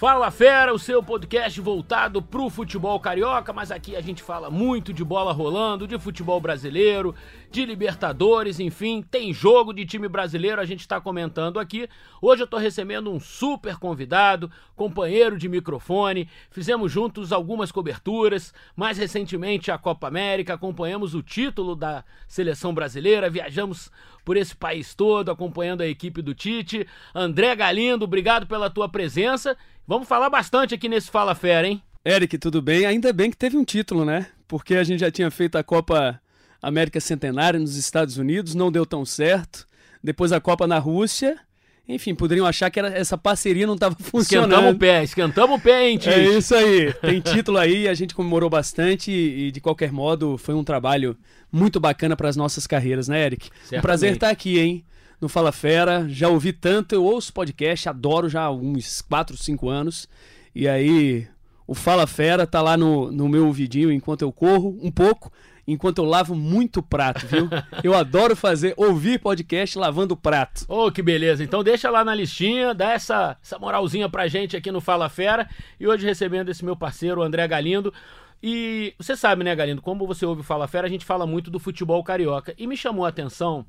Fala Fera, o seu podcast voltado pro futebol carioca, mas aqui a gente fala muito de bola rolando, de futebol brasileiro, de Libertadores, enfim, tem jogo de time brasileiro, a gente tá comentando aqui. Hoje eu tô recebendo um super convidado, companheiro de microfone, fizemos juntos algumas coberturas, mais recentemente a Copa América, acompanhamos o título da seleção brasileira, viajamos por esse país todo, acompanhando a equipe do Tite. André Galindo, obrigado pela tua presença. Vamos falar bastante aqui nesse Fala Fera, hein? Eric, tudo bem? Ainda bem que teve um título, né? Porque a gente já tinha feito a Copa América Centenária nos Estados Unidos, não deu tão certo. Depois a Copa na Rússia. Enfim, poderiam achar que essa parceria não estava funcionando. Esquentamos o pé, hein, Tite? É isso aí. Tem título aí, a gente comemorou bastante e de qualquer modo foi um trabalho muito bacana para as nossas carreiras, né, Eric? Certamente. Um prazer estar aqui, hein? No Fala Fera, já ouvi tanto, eu ouço podcast, adoro já há uns 4, 5 anos. E aí, o Fala Fera tá lá no meu ouvidinho enquanto eu corro um pouco, enquanto eu lavo muito prato, viu? Eu adoro ouvir podcast lavando prato. Oh, que beleza. Então deixa lá na listinha, dá essa moralzinha pra gente aqui no Fala Fera. E hoje recebendo esse meu parceiro, o André Galindo. E você sabe, né, Galindo, como você ouve o Fala Fera, a gente fala muito do futebol carioca. E me chamou a atenção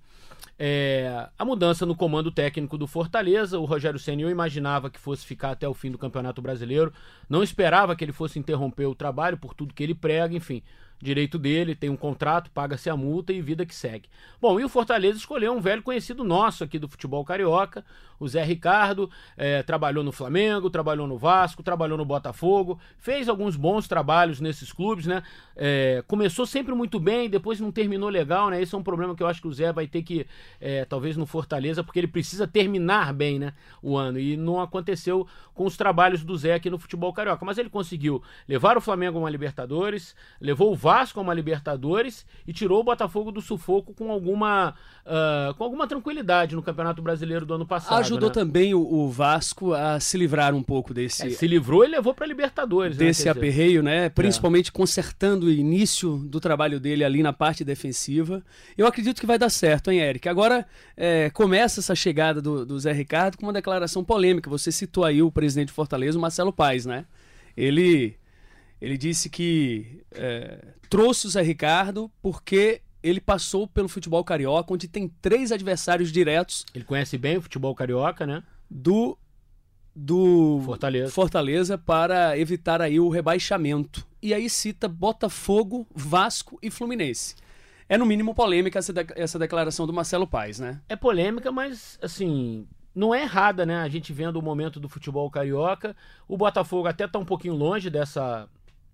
a mudança no comando técnico do Fortaleza. O Rogério Ceni, eu imaginava que fosse ficar até o fim do Campeonato Brasileiro. Não esperava que ele fosse interromper o trabalho por tudo que ele prega, enfim. Direito dele, tem um contrato, paga-se a multa e vida que segue. Bom, e o Fortaleza escolheu um velho conhecido nosso aqui do futebol carioca, o Zé Ricardo, trabalhou no Flamengo, trabalhou no Vasco, trabalhou no Botafogo, fez alguns bons trabalhos nesses clubes, né? Começou sempre muito bem, depois não terminou legal, né? Esse é um problema que eu acho que o Zé vai ter que, talvez no Fortaleza, porque ele precisa terminar bem, né, o ano, e não aconteceu com os trabalhos do Zé aqui no futebol carioca, mas ele conseguiu levar o Flamengo a uma Libertadores, levou o Vasco a uma Libertadores e tirou o Botafogo do sufoco com alguma tranquilidade no Campeonato Brasileiro do ano passado. Ajudou, né? Também o Vasco a se livrar um pouco desse... Se livrou e levou para Libertadores. Desse aperreio, né? Principalmente consertando o início do trabalho dele ali na parte defensiva. Eu acredito que vai dar certo, hein, Eric? Agora começa essa chegada do Zé Ricardo com uma declaração polêmica. Você citou aí o presidente de Fortaleza, o Marcelo Paes, né? Ele disse que trouxe o Zé Ricardo porque ele passou pelo futebol carioca, onde tem 3 adversários diretos. Ele conhece bem o futebol carioca, né? Do Fortaleza para evitar aí o rebaixamento. E aí cita Botafogo, Vasco e Fluminense. É no mínimo polêmica essa declaração do Marcelo Paes, né? É polêmica, mas assim... Não é errada, né? A gente vendo o momento do futebol carioca. O Botafogo até tá um pouquinho longe dessa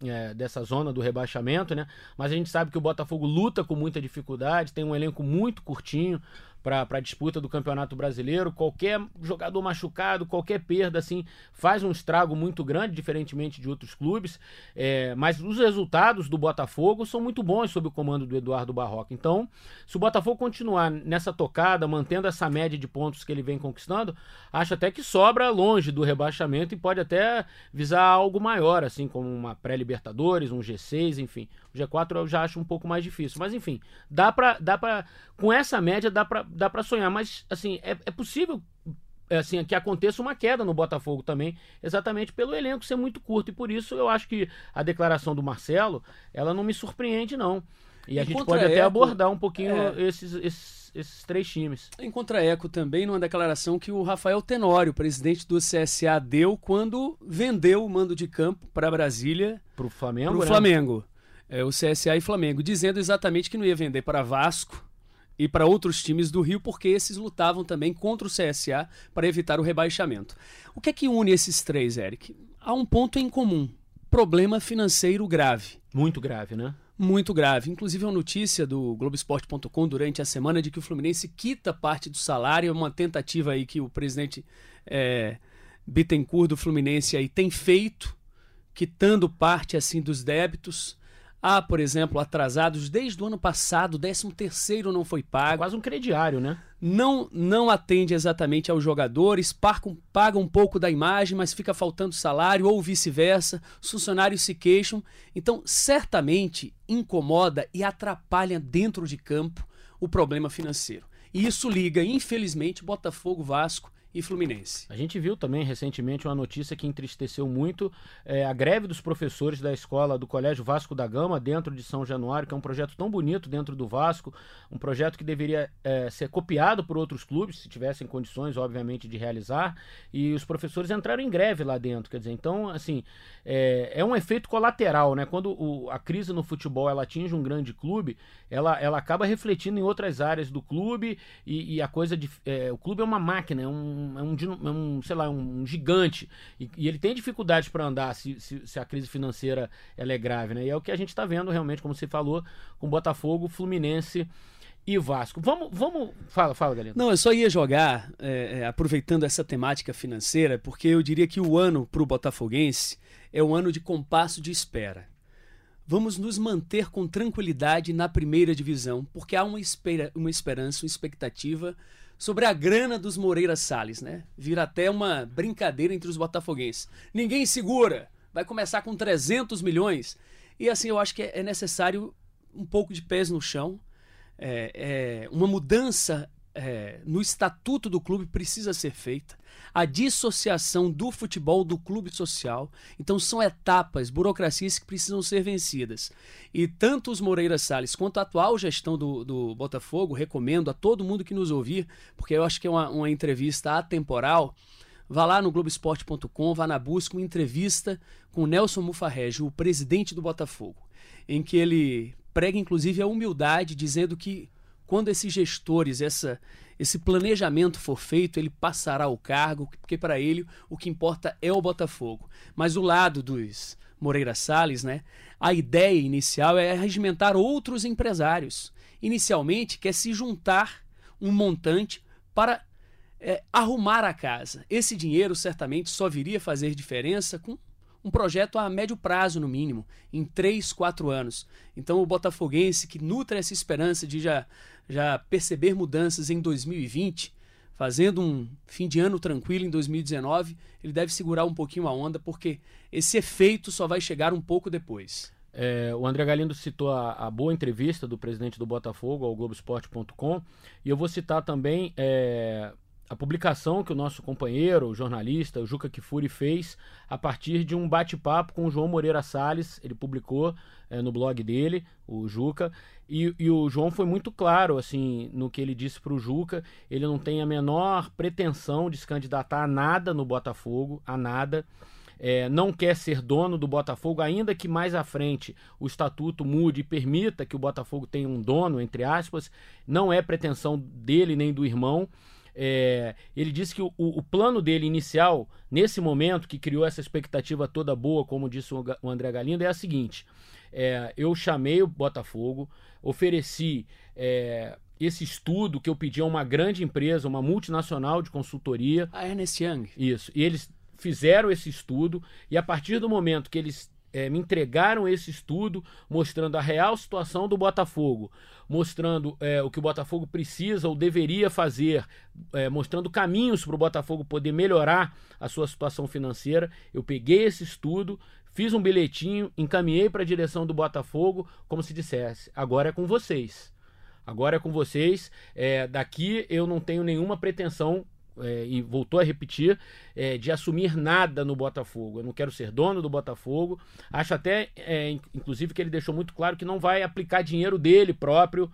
zona do rebaixamento, né? Mas a gente sabe que o Botafogo luta com muita dificuldade, tem um elenco muito curtinho para a disputa do Campeonato Brasileiro. Qualquer jogador machucado, qualquer perda, assim, faz um estrago muito grande, diferentemente de outros clubes. Mas os resultados do Botafogo são muito bons sob o comando do Eduardo Barroca. Então, se o Botafogo continuar nessa tocada, mantendo essa média de pontos que ele vem conquistando, acho até que sobra longe do rebaixamento e pode até visar algo maior, assim, como uma pré-Libertadores, um G6, enfim. O G4 eu já acho um pouco mais difícil. Mas, enfim, dá pra com essa média dá pra sonhar. Mas, assim, é possível assim, que aconteça uma queda no Botafogo também, exatamente pelo elenco ser muito curto. E por isso eu acho que a declaração do Marcelo, ela não me surpreende, não. E a gente pode até abordar um pouquinho esses 3 times. Em contra-eco também, numa declaração que o Rafael Tenório, presidente do CSA, deu quando vendeu o mando de campo para Brasília. Para o Flamengo, né? Flamengo. O CSA e Flamengo, dizendo exatamente que não ia vender para Vasco e para outros times do Rio, porque esses lutavam também contra o CSA para evitar o rebaixamento. O que é que une esses 3, Eric? Há um ponto em comum: problema financeiro grave. Muito grave, né? Muito grave. Inclusive, uma notícia do Globoesporte.com durante a semana de que o Fluminense quita parte do salário. É uma tentativa aí que o presidente Bittencourt do Fluminense aí tem feito, quitando parte assim dos débitos. Há, por exemplo, atrasados desde o ano passado, o 13º não foi pago. É quase um crediário, né? Não atende exatamente aos jogadores, paga um pouco da imagem, mas fica faltando salário, ou vice-versa, os funcionários se queixam. Então, certamente, incomoda e atrapalha dentro de campo o problema financeiro. E isso liga, infelizmente, Botafogo, Vasco e Fluminense. A gente viu também recentemente uma notícia que entristeceu muito a greve dos professores da escola do Colégio Vasco da Gama, dentro de São Januário, que é um projeto tão bonito dentro do Vasco, um projeto que deveria ser copiado por outros clubes, se tivessem condições, obviamente, de realizar, e os professores entraram em greve lá dentro, quer dizer, então, assim, é um efeito colateral, né? Quando a crise no futebol ela atinge um grande clube, ela acaba refletindo em outras áreas do clube, e a coisa de... o clube é uma máquina, sei lá, um gigante, e ele tem dificuldades para andar se a crise financeira ela é grave, né? E é o que a gente está vendo realmente, como você falou, com Botafogo, Fluminense e Vasco. Fala, Galindo. Não, eu só ia jogar, aproveitando essa temática financeira, porque eu diria que o ano para o botafoguense é um ano de compasso de espera. Vamos nos manter com tranquilidade na primeira divisão, porque há uma esperança, uma expectativa sobre a grana dos Moreira Salles, né? Vira até uma brincadeira entre os botafoguenses. Ninguém segura, vai começar com 300 milhões. E assim, eu acho que é necessário um pouco de pés no chão. Uma mudança no estatuto do clube precisa ser feita. A dissociação do futebol do clube social. Então são etapas, burocracias que precisam ser vencidas. E tanto os Moreira Salles quanto a atual gestão do Botafogo, recomendo a todo mundo que nos ouvir, porque eu acho que é uma entrevista atemporal. Vá lá no Globoesporte.com, vá na busca, uma entrevista com o Nelson Mufarrege, o presidente do Botafogo, em que ele prega inclusive a humildade, dizendo que quando esses gestores, esse planejamento for feito, ele passará o cargo, porque para ele o que importa é o Botafogo. Mas o lado dos Moreira Salles, né, a ideia inicial é regimentar outros empresários. Inicialmente quer se juntar um montante para arrumar a casa. Esse dinheiro certamente só viria a fazer diferença com um projeto a médio prazo, no mínimo, em 3, 4 anos. Então o botafoguense que nutre essa esperança de já perceber mudanças em 2020, fazendo um fim de ano tranquilo em 2019, ele deve segurar um pouquinho a onda, porque esse efeito só vai chegar um pouco depois. O André Galindo citou a boa entrevista do presidente do Botafogo ao Globoesporte.com, e eu vou citar também a publicação que o nosso companheiro, o jornalista, o Juca Kfouri, fez a partir de um bate-papo com o João Moreira Salles. Ele publicou no blog dele, o Juca, e o João foi muito claro assim, no que ele disse para o Juca. Ele não tem a menor pretensão de se candidatar a nada no Botafogo, a nada. Não quer ser dono do Botafogo, ainda que mais à frente o estatuto mude e permita que o Botafogo tenha um dono, entre aspas. Não é pretensão dele nem do irmão. Ele disse que o plano dele inicial, nesse momento, que criou essa expectativa toda boa, como disse o André Galindo, é a seguinte: eu chamei o Botafogo, ofereci esse estudo que eu pedi a uma grande empresa, uma multinacional de consultoria. A Ernst Young. Isso, e eles fizeram esse estudo, e a partir do momento que eles me entregaram esse estudo, mostrando a real situação do Botafogo, mostrando o que o Botafogo precisa ou deveria fazer, mostrando caminhos para o Botafogo poder melhorar a sua situação financeira, eu peguei esse estudo, fiz um bilhetinho, encaminhei para a direção do Botafogo, como se dissesse: agora é com vocês. Agora é com vocês. Daqui eu não tenho nenhuma pretensão, e voltou a repetir, de assumir nada no Botafogo. Eu não quero ser dono do Botafogo. Acho até, inclusive, que ele deixou muito claro que não vai aplicar dinheiro dele próprio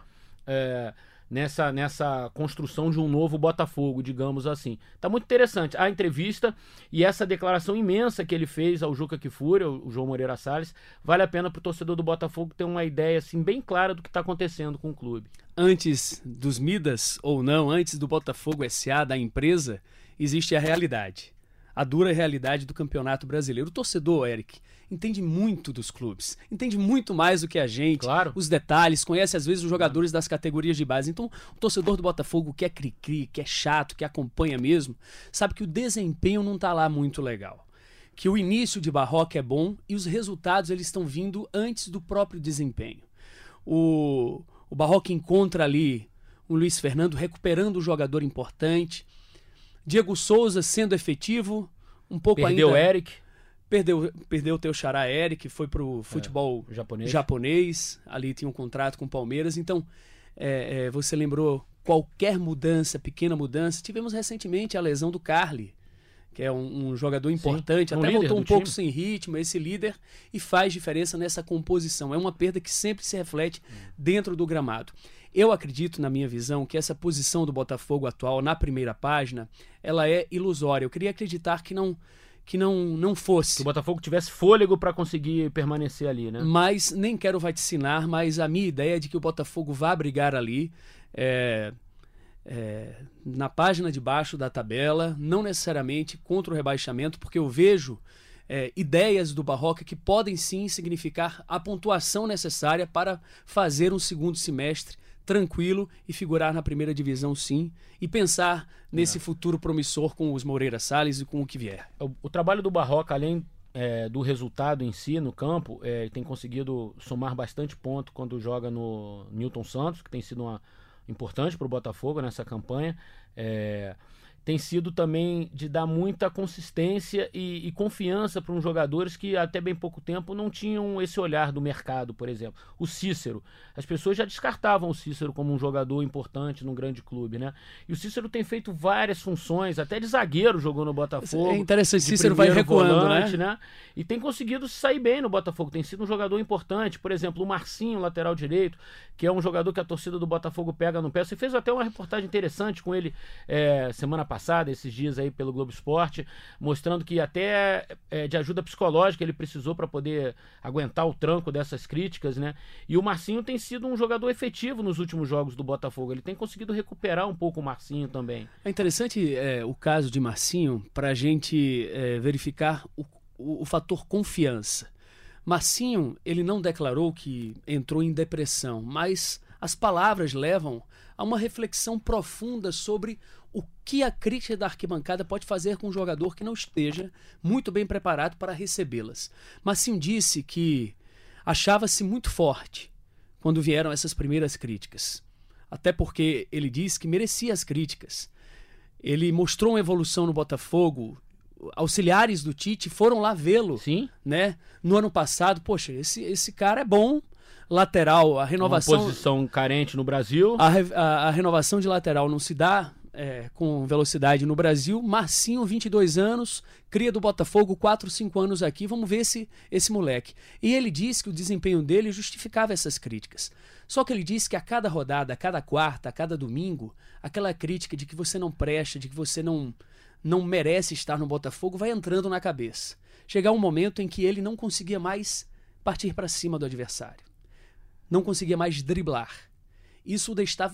nessa construção de um novo Botafogo, digamos assim. Tá muito interessante a entrevista e essa declaração imensa que ele fez ao Juca Kfouri, o João Moreira Salles. Vale a pena para o torcedor do Botafogo ter uma ideia assim, bem clara do que está acontecendo com o clube. Antes dos Midas, ou não, antes do Botafogo S.A., da empresa, existe a realidade. A dura realidade do Campeonato Brasileiro. O torcedor, Eric, entende muito dos clubes, entende muito mais do que a gente, claro, os detalhes, conhece às vezes os jogadores das categorias de base. Então, o torcedor do Botafogo que é cri-cri, que é chato, que acompanha mesmo, sabe que o desempenho não está lá muito legal. Que o início de Barroca é bom e os resultados eles estão vindo antes do próprio desempenho. O Barroca encontra ali o Luiz Fernando recuperando um jogador importante, Diego Souza sendo efetivo, um pouco perdeu ainda... o Eric. Perdeu o teu xará Eric, foi pro futebol japonês. Ali tinha um contrato com o Palmeiras. Então, você lembrou qualquer mudança, pequena mudança. Tivemos recentemente a lesão do Carly, que é um jogador importante, sim, até voltou um pouco time. sem ritmo, esse líder, e faz diferença nessa composição. É uma perda que sempre se reflete dentro do gramado. Eu acredito, na minha visão, que essa posição do Botafogo atual na primeira página, ela é ilusória. Eu queria acreditar que não fosse. Que o Botafogo tivesse fôlego para conseguir permanecer ali, né? Mas nem quero vaticinar, mas a minha ideia é de que o Botafogo vá brigar ali, na página de baixo da tabela, não necessariamente contra o rebaixamento, porque eu vejo ideias do Barroca que podem sim significar a pontuação necessária para fazer um segundo semestre tranquilo e figurar na primeira divisão sim, e pensar nesse futuro promissor com os Moreira Salles e com o que vier. O trabalho do Barroca, além do resultado em si no campo, tem conseguido somar bastante ponto quando joga no Newton Santos, que tem sido importante para o Botafogo nessa campanha. Tem sido também de dar muita consistência e confiança para uns jogadores que até bem pouco tempo não tinham esse olhar do mercado, por exemplo. O Cícero. As pessoas já descartavam o Cícero como um jogador importante num grande clube, né? E o Cícero tem feito várias funções, até de zagueiro jogou no Botafogo. É interessante, o Cícero vai recuando, volante, né? E tem conseguido sair bem no Botafogo, tem sido um jogador importante. Por exemplo, o Marcinho, lateral direito, que é um jogador que a torcida do Botafogo pega no pé. Você fez até uma reportagem interessante com ele semana passada, esses dias aí pelo Globo Esporte, mostrando que até de ajuda psicológica ele precisou para poder aguentar o tranco dessas críticas, né? E o Marcinho tem sido um jogador efetivo nos últimos jogos do Botafogo. Ele tem conseguido recuperar um pouco o Marcinho também. É interessante o caso de Marcinho para a gente verificar o fator confiança. Marcinho, ele não declarou que entrou em depressão, mas as palavras levam a uma reflexão profunda sobre o que a crítica da arquibancada pode fazer com um jogador que não esteja muito bem preparado para recebê-las. Marcinho disse que achava-se muito forte quando vieram essas primeiras críticas. Até porque ele disse que merecia as críticas. Ele mostrou uma evolução no Botafogo. Auxiliares do Tite foram lá vê-lo, né? No ano passado. Poxa, esse cara é bom. Lateral, a renovação... Uma posição carente no Brasil. A renovação de lateral não se dá com velocidade no Brasil. Marcinho, 22 anos, cria do Botafogo, 4, 5 anos aqui. Vamos ver esse moleque. E ele disse que o desempenho dele justificava essas críticas. Só que ele disse que a cada rodada, a cada quarta, a cada domingo, aquela crítica de que você não presta, de que você não merece estar no Botafogo, vai entrando na cabeça. Chegar um momento em que ele não conseguia mais partir para cima do adversário. Não conseguia mais driblar. Isso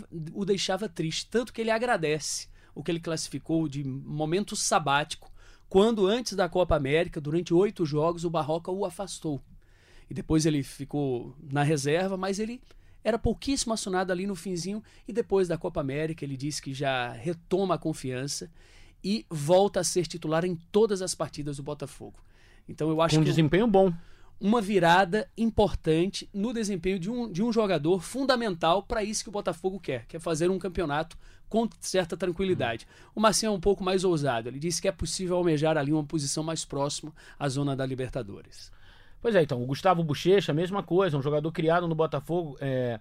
o deixava triste, tanto que ele agradece o que ele classificou de momento sabático, quando antes da Copa América, durante 8 jogos, o Barroca o afastou. E depois ele ficou na reserva, mas ele era pouquíssimo acionado ali no finzinho, e depois da Copa América ele disse que já retoma a confiança e volta a ser titular em todas as partidas do Botafogo. Então eu acho que desempenho bom. Uma virada importante no desempenho de um jogador fundamental para isso que o Botafogo quer fazer um campeonato com certa tranquilidade. O Marcinho é um pouco mais ousado, ele disse que é possível almejar ali uma posição mais próxima à zona da Libertadores. Pois é, então, o Gustavo Bochecha, a mesma coisa, um jogador criado no Botafogo,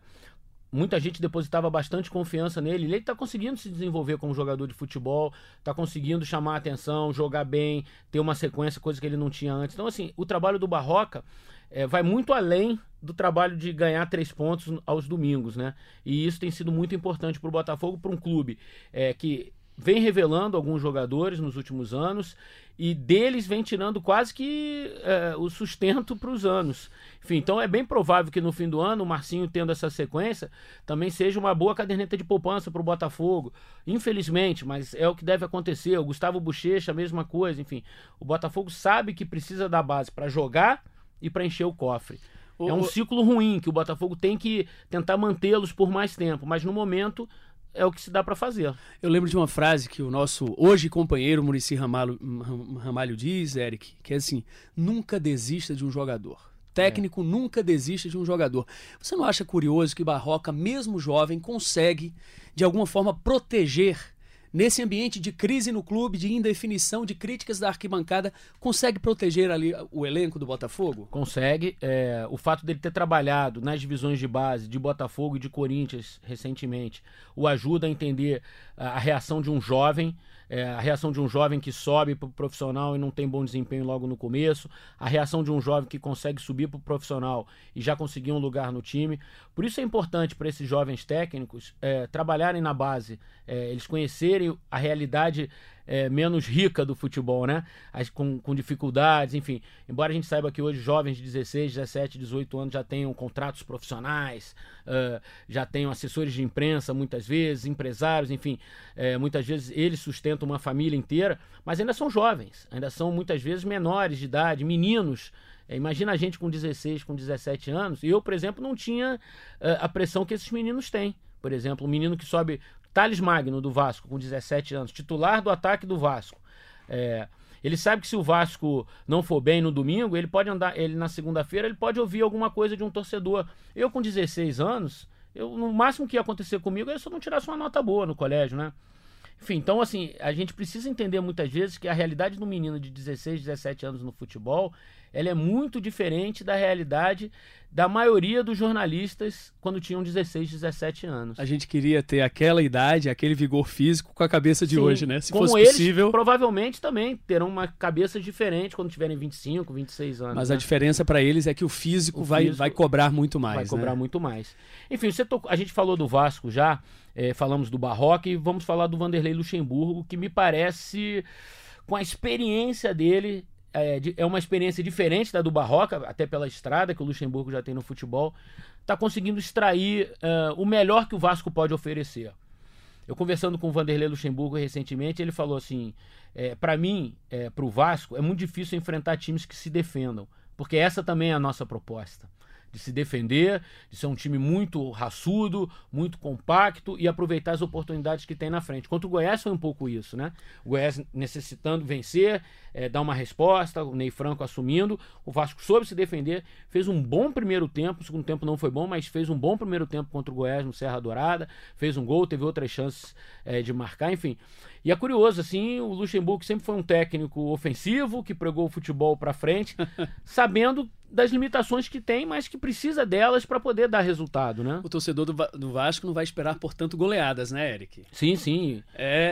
muita gente depositava bastante confiança nele. Ele está conseguindo se desenvolver como jogador de futebol, está conseguindo chamar a atenção, jogar bem, ter uma sequência, coisa que ele não tinha antes. Então, assim, o trabalho do Barroca vai muito além do trabalho de ganhar 3 pontos aos domingos, né? E isso tem sido muito importante para o Botafogo, para um clube que vem revelando alguns jogadores nos últimos anos e deles vem tirando quase que o sustento para os anos. Enfim, então é bem provável que no fim do ano o Marcinho, tendo essa sequência, também seja uma boa caderneta de poupança para o Botafogo. Infelizmente, mas é o que deve acontecer. O Gustavo Bochecha, a mesma coisa. Enfim, o Botafogo sabe que precisa da base para jogar e para encher o cofre. É um ciclo ruim que o Botafogo tem que tentar mantê-los por mais tempo, mas no momento é o que se dá para fazer. Eu lembro de uma frase que o nosso hoje companheiro Muricy Ramalho diz, Eric, que é assim: nunca desista de um jogador. Técnico nunca desista de um jogador. Você não acha curioso que Barroca, mesmo jovem, consegue de alguma forma proteger nesse ambiente de crise no clube, de indefinição, de críticas da arquibancada, consegue proteger ali o elenco do Botafogo? Consegue. O fato dele ter trabalhado nas divisões de base de Botafogo e de Corinthians recentemente o ajuda a entender a reação de um jovem, a reação de um jovem que sobe para o profissional e não tem bom desempenho logo no começo, a reação de um jovem que consegue subir para o profissional e já conseguir um lugar no time. Por isso é importante para esses jovens técnicos trabalharem na base, eles conhecerem a realidade menos rica do futebol, né? Com dificuldades, enfim. Embora a gente saiba que hoje jovens de 16, 17, 18 anos já tenham contratos profissionais, já tenham assessores de imprensa muitas vezes, empresários, enfim. Muitas vezes eles sustentam uma família inteira, mas ainda são jovens, ainda são muitas vezes menores de idade, meninos. Imagina a gente com 16, com 17 anos, e eu, por exemplo, não tinha a pressão que esses meninos têm. Por exemplo, um menino que sobe... Thales Magno, do Vasco, com 17 anos, titular do ataque do Vasco. Ele sabe que se o Vasco não for bem no domingo, ele pode andar, na segunda-feira, ele pode ouvir alguma coisa de um torcedor. Eu, com 16 anos, no máximo que ia acontecer comigo é se eu não tirasse uma nota boa no colégio, né? Enfim, então, assim, a gente precisa entender muitas vezes que a realidade do menino de 16, 17 anos no futebol, ela é muito diferente da realidade da maioria dos jornalistas quando tinham 16, 17 anos. A gente queria ter aquela idade, aquele vigor físico com a cabeça de hoje, né? Se como fosse eles, possível... provavelmente também terão uma cabeça diferente quando tiverem 25, 26 anos. Mas a diferença para eles é que o físico vai cobrar muito mais. Vai cobrar né? muito mais. Enfim, a gente falou do Vasco já, falamos do Barroca e vamos falar do Vanderlei Luxemburgo, que me parece, com a experiência dele... É uma experiência diferente da do Barroca, até pela estrada que o Luxemburgo já tem no futebol, está conseguindo extrair o melhor que o Vasco pode oferecer. Eu conversando com o Vanderlei Luxemburgo recentemente, ele falou assim, para mim, para o Vasco, é muito difícil enfrentar times que se defendam, porque essa também é a nossa proposta. De se defender, de ser um time muito raçudo, muito compacto e aproveitar as oportunidades que tem na frente. Contra o Goiás foi um pouco isso, né? O Goiás necessitando vencer, dar uma resposta, o Ney Franco assumindo, o Vasco soube se defender, fez um bom primeiro tempo, o segundo tempo não foi bom, mas fez um bom primeiro tempo contra o Goiás no Serra Dourada, fez um gol, teve outras chances de marcar, enfim. E é curioso, assim, o Luxemburgo sempre foi um técnico ofensivo, que pregou o futebol pra frente, sabendo das limitações que tem, mas que precisa delas para poder dar resultado, né? O torcedor do Vasco não vai esperar, portanto, goleadas, né, Eric? Sim, sim.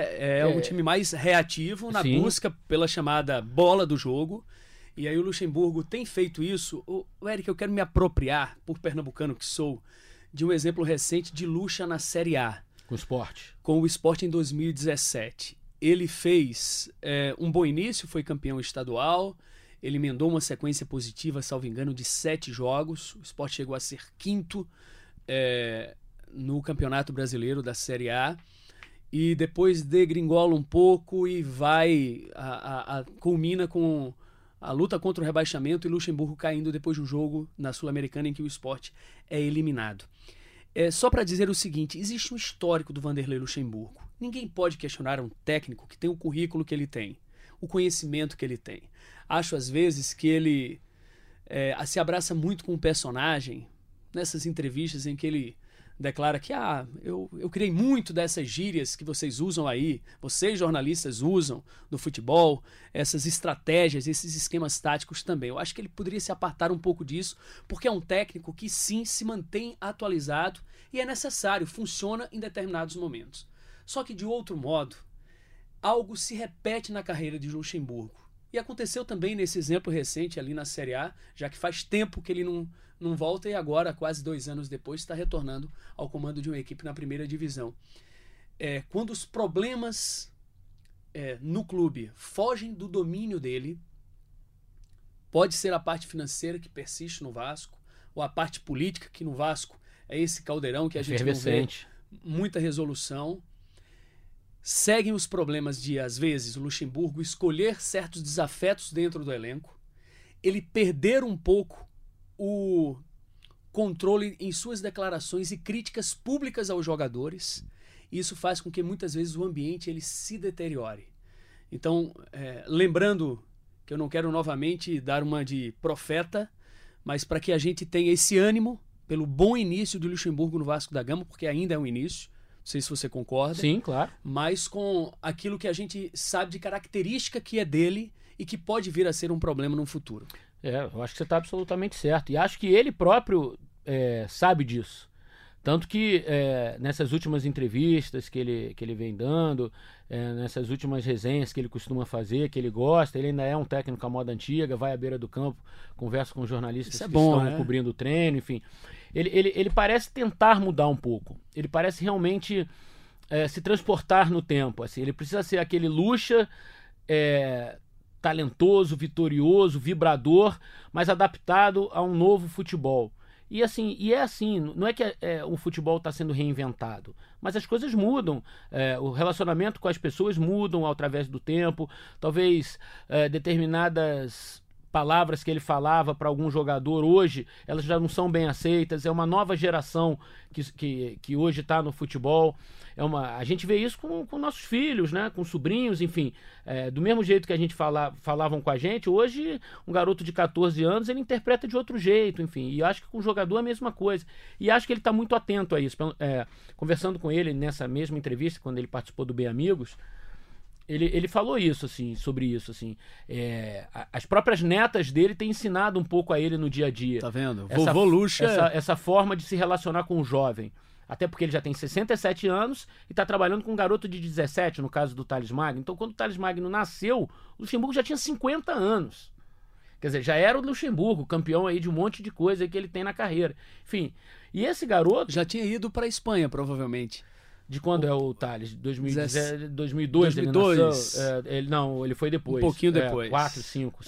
É um time mais reativo na busca pela chamada bola do jogo. E aí o Luxemburgo tem feito isso. Eric, eu quero me apropriar, por pernambucano que sou, de um exemplo recente de Luxa na Série A. Com o Sport. Com o Sport em 2017. Ele fez um bom início, foi campeão estadual. Ele emendou uma sequência positiva, salvo engano, de 7 jogos. O Sport chegou a ser 5º no Campeonato Brasileiro da Série A. E depois degringola um pouco e culmina com a luta contra o rebaixamento e Luxemburgo caindo depois de um jogo na Sul-Americana em que o Sport é eliminado. Só para dizer o seguinte, existe um histórico do Vanderlei Luxemburgo. Ninguém pode questionar um técnico que tem o currículo que ele tem, o conhecimento que ele tem. Acho, às vezes, que ele se abraça muito com o personagem, nessas entrevistas em que ele declara que eu criei muito dessas gírias que vocês usam aí, vocês jornalistas usam no futebol, essas estratégias, esses esquemas táticos também. Eu acho que ele poderia se apartar um pouco disso, porque é um técnico que sim se mantém atualizado e é necessário, funciona em determinados momentos. Só que de outro modo, algo se repete na carreira de Luxemburgo. E aconteceu também nesse exemplo recente ali na Série A, já que faz tempo que ele não volta e agora, quase 2 anos depois, está retornando ao comando de uma equipe na primeira divisão. Quando os problemas no clube fogem do domínio dele, pode ser a parte financeira que persiste no Vasco, ou a parte política, que no Vasco é esse caldeirão que a gente não vê muita resolução. Seguem os problemas de, às vezes, o Luxemburgo escolher certos desafetos dentro do elenco, ele perder um pouco o controle em suas declarações e críticas públicas aos jogadores. Isso faz com que muitas vezes o ambiente ele se deteriore. Então, lembrando que eu não quero novamente dar uma de profeta, mas para que a gente tenha esse ânimo pelo bom início de Luxemburgo no Vasco da Gama, porque ainda é um início. sei se você concorda. Sim, claro. Mas com aquilo que a gente sabe de característica que é dele e que pode vir a ser um problema no futuro. Eu acho que você está absolutamente certo. E acho que ele próprio sabe disso. Tanto que nessas últimas entrevistas que ele vem dando, nessas últimas resenhas que ele costuma fazer, que ele gosta, ele ainda é um técnico à moda antiga, vai à beira do campo, conversa com jornalistas que estão cobrindo o treino, enfim. Ele parece tentar mudar um pouco. Ele parece realmente se transportar no tempo. Assim. Ele precisa ser aquele Lucha talentoso, vitorioso, vibrador, mas adaptado a um novo futebol. E é assim, não é que o futebol está sendo reinventado, mas as coisas mudam, o relacionamento com as pessoas mudam através do tempo, talvez determinadas palavras que ele falava para algum jogador hoje, elas já não são bem aceitas, é uma nova geração que hoje está no futebol. A gente vê isso com nossos filhos, né? Com sobrinhos, enfim. Do mesmo jeito que a gente falavam com a gente, hoje um garoto de 14 anos ele interpreta de outro jeito, enfim. E acho que com o jogador é a mesma coisa. E acho que ele está muito atento a isso. Conversando com ele nessa mesma entrevista, quando ele participou do Bem Amigos, ele falou isso, assim, sobre isso, assim. As próprias netas dele têm ensinado um pouco a ele no dia a dia. Tá vendo? Vovô Lucha. Essa forma de se relacionar com o jovem. Até porque ele já tem 67 anos e está trabalhando com um garoto de 17, no caso do Thales Magno. Então, quando o Thales Magno nasceu, o Luxemburgo já tinha 50 anos. Quer dizer, já era o Luxemburgo, campeão aí de um monte de coisa que ele tem na carreira. Enfim, e esse garoto... Já tinha ido para a Espanha, provavelmente. De quando é o Thales? 2002 2002. Ele nasceu? Ele foi depois. Um pouquinho depois. 4, 5.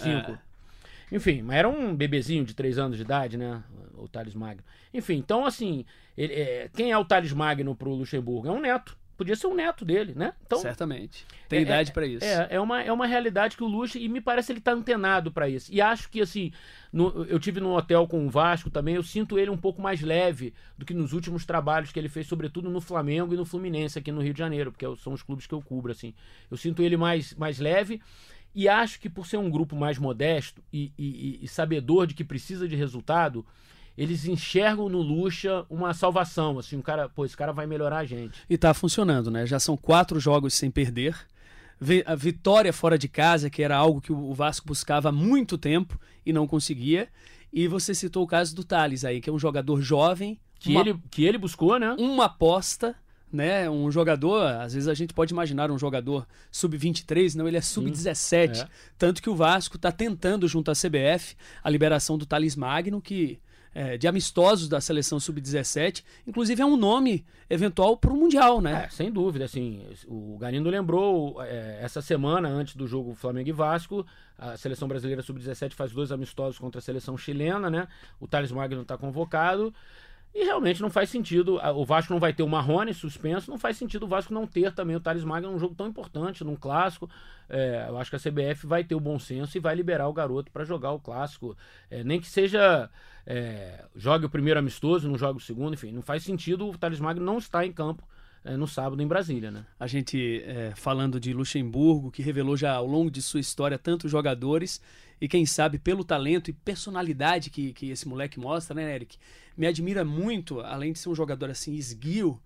Enfim, mas era um bebezinho de 3 anos de idade, né? O Thales Magno. Enfim, então assim, quem é o Thales Magno pro Luxemburgo? É um neto. Podia ser um neto dele, né? Então, certamente. Tem idade para isso. É uma realidade que o Luxa, e me parece ele tá antenado para isso. E acho que assim, eu tive num hotel com o Vasco também, eu sinto ele um pouco mais leve do que nos últimos trabalhos que ele fez, sobretudo no Flamengo e no Fluminense aqui no Rio de Janeiro, porque são os clubes que eu cubro, assim. Eu sinto ele mais leve. E acho que por ser um grupo mais modesto e sabedor de que precisa de resultado, eles enxergam no Lucha uma salvação, assim, esse cara vai melhorar a gente. E tá funcionando, né? Já são 4 jogos sem perder. A vitória fora de casa, que era algo que o Vasco buscava há muito tempo e não conseguia. E você citou o caso do Thales aí, que é um jogador jovem. Que ele buscou, né? Uma aposta, né? Um jogador, às vezes a gente pode imaginar um jogador sub-23, não, ele é sub-17. Tanto que o Vasco está tentando, junto à CBF, a liberação do Thales Magno, de amistosos da seleção sub-17, inclusive é um nome eventual para o Mundial, né? Sem dúvida, assim, o Galindo lembrou essa semana, antes do jogo Flamengo e Vasco, a seleção brasileira sub-17 faz 2 amistosos contra a seleção chilena, né? O Thales Magno está convocado. E realmente não faz sentido, o Vasco não vai ter o Marrone suspenso, não faz sentido o Vasco não ter também o Thales Magno num jogo tão importante, num clássico. Eu acho que a CBF vai ter o bom senso e vai liberar o garoto para jogar o clássico. Nem que seja, jogue o primeiro amistoso, não jogue o segundo, enfim, não faz sentido o Thales Magno não estar em campo no sábado em Brasília, né? A gente, falando de Luxemburgo, que revelou já ao longo de sua história tantos jogadores, e quem sabe pelo talento e personalidade que esse moleque mostra, né, Eric? Me admira muito, além de ser um jogador assim, esguio,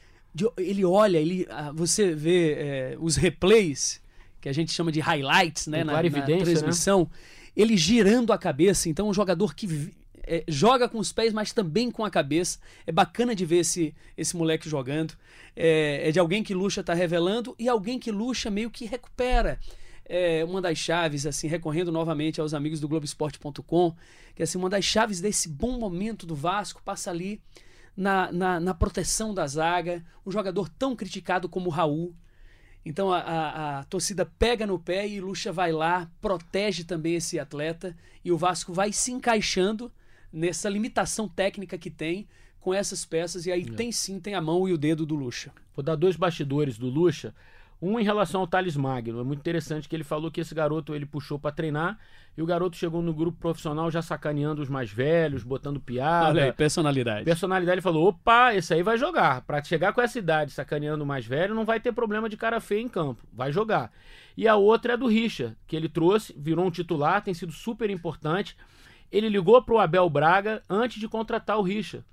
ele olha, você vê os replays, que a gente chama de highlights, né, na transmissão, né? Ele girando a cabeça, então um jogador que joga com os pés, mas também com a cabeça. É bacana de ver esse moleque jogando. É de alguém que Lucha está revelando e alguém que Lucha meio que recupera. Uma das chaves, assim, recorrendo novamente aos amigos do Globoesporte.com, que assim, uma das chaves desse bom momento do Vasco passa ali na proteção da zaga, um jogador tão criticado como o Raul. Então a torcida pega no pé e Lucha vai lá, protege também esse atleta, e o Vasco vai se encaixando nessa limitação técnica que tem com essas peças, e aí tem a mão e o dedo do Lucha. Vou dar 2 bastidores do Lucha. Um em relação ao Thales Magno. É muito interessante que ele falou que esse garoto ele puxou para treinar e o garoto chegou no grupo profissional já sacaneando os mais velhos, botando piada. Olha aí, personalidade. Ele falou, opa, esse aí vai jogar. Para chegar com essa idade sacaneando o mais velho, não vai ter problema de cara feia em campo. Vai jogar. E a outra é do Richa, que ele trouxe, virou um titular, tem sido super importante. Ele ligou para o Abel Braga antes de contratar o Richa,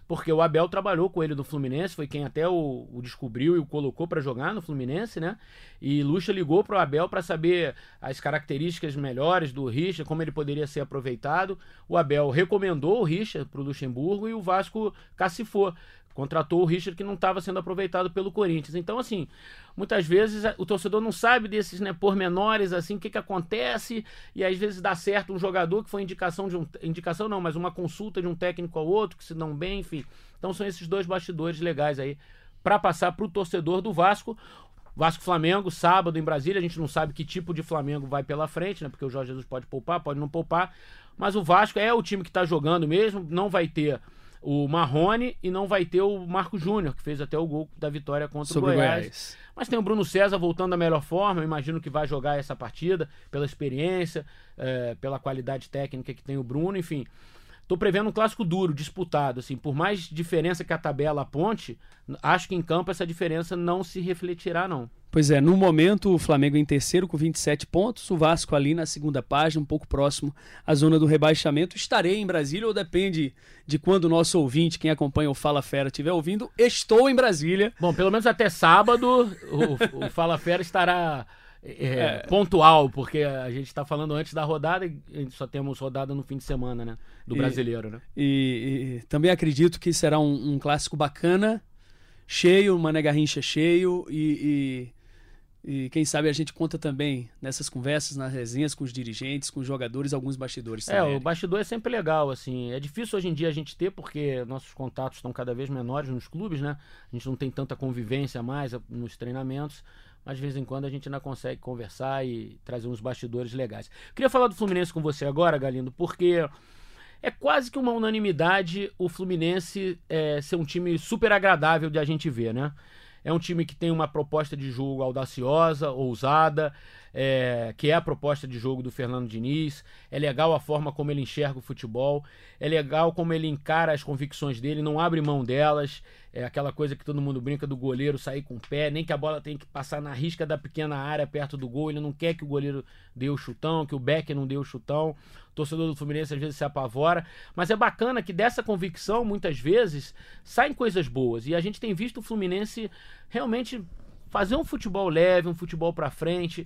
porque o Abel trabalhou com ele no Fluminense, foi quem até o descobriu e o colocou para jogar no Fluminense, né? E Lucha ligou para o Abel para saber as características melhores do Richard, como ele poderia ser aproveitado. O Abel recomendou o Richard para o Luxemburgo e o Vasco cacifou. Contratou o Richard, que não estava sendo aproveitado pelo Corinthians. Então, assim, muitas vezes o torcedor não sabe desses, né, pormenores, assim, o que acontece, e às vezes dá certo um jogador que foi indicação não, mas uma consulta de um técnico ao outro, que se dão bem, enfim. Então são esses dois bastidores legais aí para passar para o torcedor do Vasco. Vasco-Flamengo, sábado em Brasília. A gente não sabe que tipo de Flamengo vai pela frente, né? Porque o Jorge Jesus pode poupar, pode não poupar. Mas o Vasco é o time que está jogando mesmo. Não vai ter o Marrone e não vai ter o Marco Júnior, que fez até o gol da vitória contra o Goiás. Mas tem o Bruno César voltando da melhor forma. Eu imagino que vai jogar essa partida pela experiência, pela qualidade técnica que tem o Bruno, enfim. Tô prevendo um clássico duro, disputado, assim, por mais diferença que a tabela aponte, acho que em campo essa diferença não se refletirá, não. Pois é, no momento o Flamengo em terceiro com 27 pontos, o Vasco ali na segunda página, um pouco próximo à zona do rebaixamento. Estarei em Brasília, ou depende de quando o nosso ouvinte, quem acompanha o Fala Fera, estiver ouvindo, estou em Brasília. Bom, pelo menos até sábado o Fala Fera estará... pontual, porque a gente está falando antes da rodada e só temos rodada no fim de semana, né? Do brasileiro, né? E também acredito que será um clássico bacana, cheio, o Mané Garrincha cheio e quem sabe a gente conta também nessas conversas, nas resenhas com os dirigentes, com os jogadores, alguns bastidores também. O bastidor é sempre legal, assim. É difícil hoje em dia a gente ter, porque nossos contatos estão cada vez menores nos clubes, né? A gente não tem tanta convivência mais nos treinamentos, mas de vez em quando a gente ainda consegue conversar e trazer uns bastidores legais. Queria falar do Fluminense com você agora, Galindo, porque é quase que uma unanimidade o Fluminense ser um time super agradável de a gente ver, né? É um time que tem uma proposta de jogo audaciosa, ousada, que é a proposta de jogo do Fernando Diniz. É legal a forma como ele enxerga o futebol, é legal como ele encara as convicções dele, não abre mão delas. É aquela coisa que todo mundo brinca do goleiro sair com o pé, nem que a bola tenha que passar na risca da pequena área perto do gol. Ele não quer que o goleiro dê o chutão, que o Becker não dê o chutão. O torcedor do Fluminense às vezes se apavora, mas é bacana que dessa convicção muitas vezes saem coisas boas, e a gente tem visto o Fluminense realmente fazer um futebol leve, um futebol pra frente.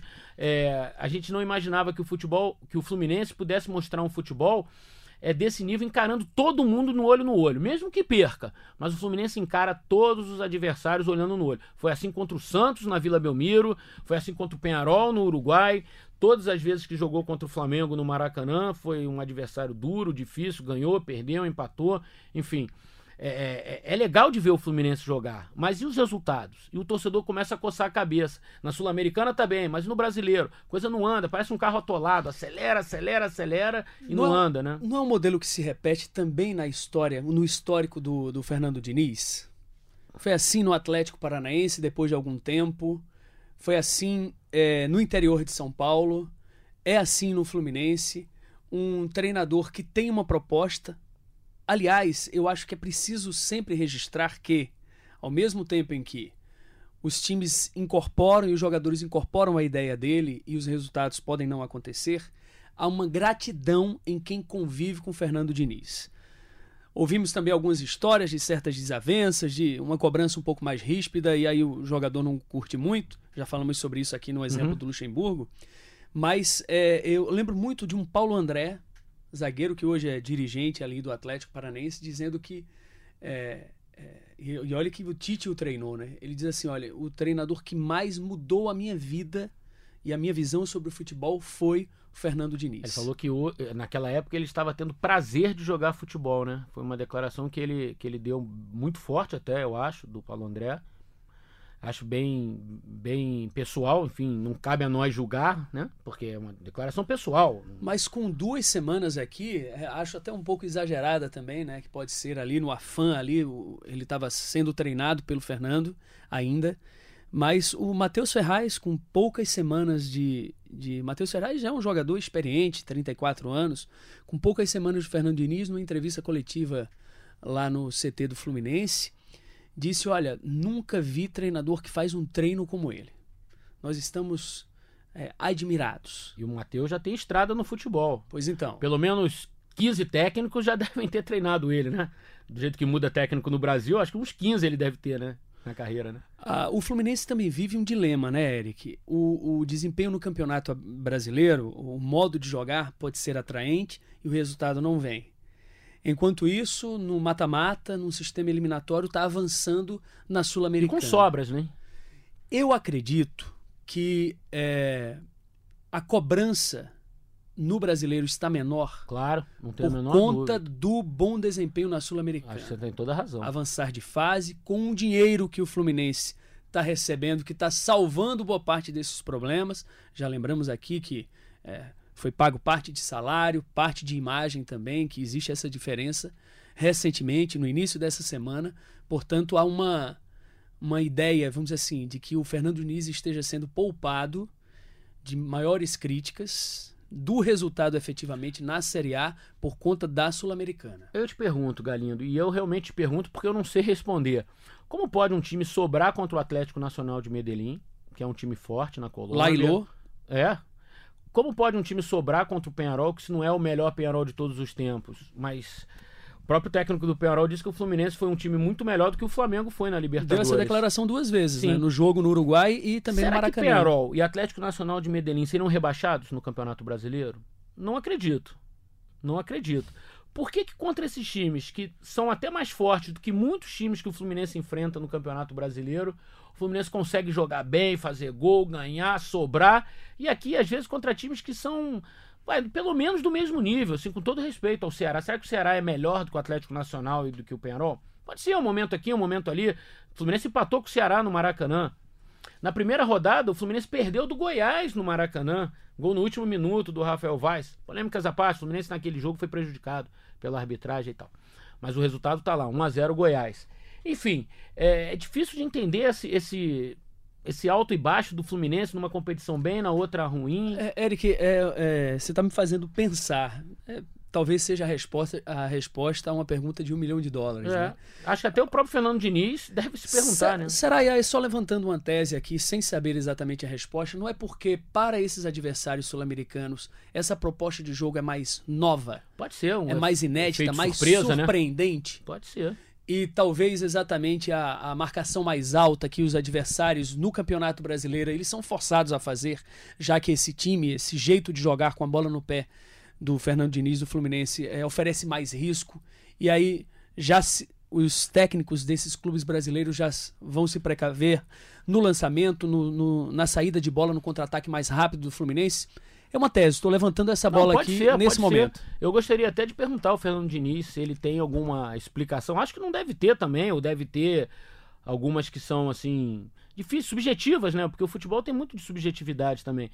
A gente não imaginava que o Fluminense pudesse mostrar um futebol desse nível, encarando todo mundo no olho, mesmo que perca. Mas o Fluminense encara todos os adversários olhando no olho. Foi assim contra o Santos na Vila Belmiro, foi assim contra o Peñarol no Uruguai. Todas as vezes que jogou contra o Flamengo no Maracanã, foi um adversário duro, difícil, ganhou, perdeu, empatou, enfim. É legal de ver o Fluminense jogar, mas e os resultados? E o torcedor começa a coçar a cabeça. Na Sul-Americana tá bem, mas no Brasileiro, coisa não anda, parece um carro atolado, acelera e não anda, né? Não é um modelo que se repete também na história, no histórico do Fernando Diniz? Foi assim no Atlético Paranaense depois de algum tempo, foi assim no interior de São Paulo, é assim no Fluminense, um treinador que tem uma proposta. Aliás, eu acho que é preciso sempre registrar que, ao mesmo tempo em que os times incorporam e os jogadores incorporam a ideia dele e os resultados podem não acontecer, há uma gratidão em quem convive com Fernando Diniz. Ouvimos também algumas histórias de certas desavenças, de uma cobrança um pouco mais ríspida, e aí o jogador não curte muito. Já falamos sobre isso aqui no exemplo do Luxemburgo. Mas eu lembro muito de um Paulo André, zagueiro que hoje é dirigente ali do Atlético Paranaense, dizendo que e olha que o Tite o treinou, né? Ele diz assim, olha, o treinador que mais mudou a minha vida e a minha visão sobre o futebol foi o Fernando Diniz. Ele falou que naquela época ele estava tendo prazer de jogar futebol, né? Foi uma declaração que ele deu muito forte até, eu acho, do Paulo André. Acho bem pessoal, enfim, não cabe a nós julgar, né? Porque é uma declaração pessoal. Mas com 2 semanas aqui, acho até um pouco exagerada também, né? Que pode ser ali no afã, ali, ele estava sendo treinado pelo Fernando ainda. Mas o Matheus Ferraz, com poucas semanas Matheus Ferraz já é um jogador experiente, 34 anos, com poucas semanas de Fernando Diniz, numa entrevista coletiva lá no CT do Fluminense, disse, olha, nunca vi treinador que faz um treino como ele. Nós estamos admirados. E o Matheus já tem estrada no futebol. Pois então. Pelo menos 15 técnicos já devem ter treinado ele, né? Do jeito que muda técnico no Brasil, acho que uns 15 ele deve ter, né? Na carreira, né? O Fluminense também vive um dilema, né, Eric? O desempenho no Campeonato Brasileiro, o modo de jogar pode ser atraente e o resultado não vem. Enquanto isso, no mata-mata, no sistema eliminatório, está avançando na Sul-Americana. E com sobras, né? Eu acredito que a cobrança no brasileiro está menor. Claro, não tem a menor conta dúvida. do bom desempenho na Sul-Americana. Acho que você tem toda a razão. Avançar de fase com o dinheiro que o Fluminense está recebendo, que está salvando boa parte desses problemas. Já lembramos aqui que foi pago parte de salário, parte de imagem também, que existe essa diferença recentemente, no início dessa semana. Portanto, há uma ideia, vamos dizer assim, de que o Fernando Diniz esteja sendo poupado de maiores críticas do resultado efetivamente na Série A por conta da Sul-Americana. Eu te pergunto, Galindo, e eu realmente te pergunto porque eu não sei responder. Como pode um time sobrar contra o Atlético Nacional de Medellín, que é um time forte na Colômbia? Lailô. Como pode um time sobrar contra o Peñarol, que se não é o melhor Peñarol de todos os tempos? Mas o próprio técnico do Peñarol disse que o Fluminense foi um time muito melhor do que o Flamengo foi na Libertadores. Deu essa declaração 2 vezes, né? No jogo no Uruguai e também no Maracanã. Será que Peñarol e Atlético Nacional de Medellín seriam rebaixados no Campeonato Brasileiro? Não acredito. Não acredito. Por que contra esses times, que são até mais fortes do que muitos times que o Fluminense enfrenta no Campeonato Brasileiro, o Fluminense consegue jogar bem, fazer gol, ganhar, sobrar, e aqui às vezes contra times que são pelo menos do mesmo nível, assim, com todo respeito ao Ceará. Será que o Ceará é melhor do que o Atlético Nacional e do que o Peñarol? Pode ser um momento aqui, um momento ali. O Fluminense empatou com o Ceará no Maracanã. Na primeira rodada, o Fluminense perdeu do Goiás no Maracanã. Gol no último minuto do Rafael Vaz. Polêmicas à parte, o Fluminense naquele jogo foi prejudicado pela arbitragem e tal. Mas o resultado tá lá, 1-0 Goiás. Enfim, é difícil de entender esse alto e baixo do Fluminense numa competição bem, na outra ruim. Eric, você está me fazendo pensar. Talvez seja a resposta a uma pergunta de $1 milhão, né? Acho que até o próprio Fernando Diniz deve se perguntar, né? Será, e aí, só levantando uma tese aqui, sem saber exatamente a resposta, não é porque para esses adversários sul-americanos essa proposta de jogo é mais nova? Pode ser. É mais inédita, mais surpresa, surpreendente? Né? Pode ser. E talvez exatamente a marcação mais alta que os adversários no Campeonato Brasileiro eles são forçados a fazer, já que esse time, esse jeito de jogar com a bola no pé do Fernando Diniz, do Fluminense, oferece mais risco. E aí os técnicos desses clubes brasileiros já vão se precaver no lançamento, na saída de bola, no contra-ataque mais rápido do Fluminense. É uma tese, estou levantando essa bola aqui nesse momento. Eu gostaria até de perguntar ao Fernando Diniz se ele tem alguma explicação. Acho que não deve ter também, ou deve ter algumas que são, assim, difíceis, subjetivas, né? Porque o futebol tem muito de subjetividade também.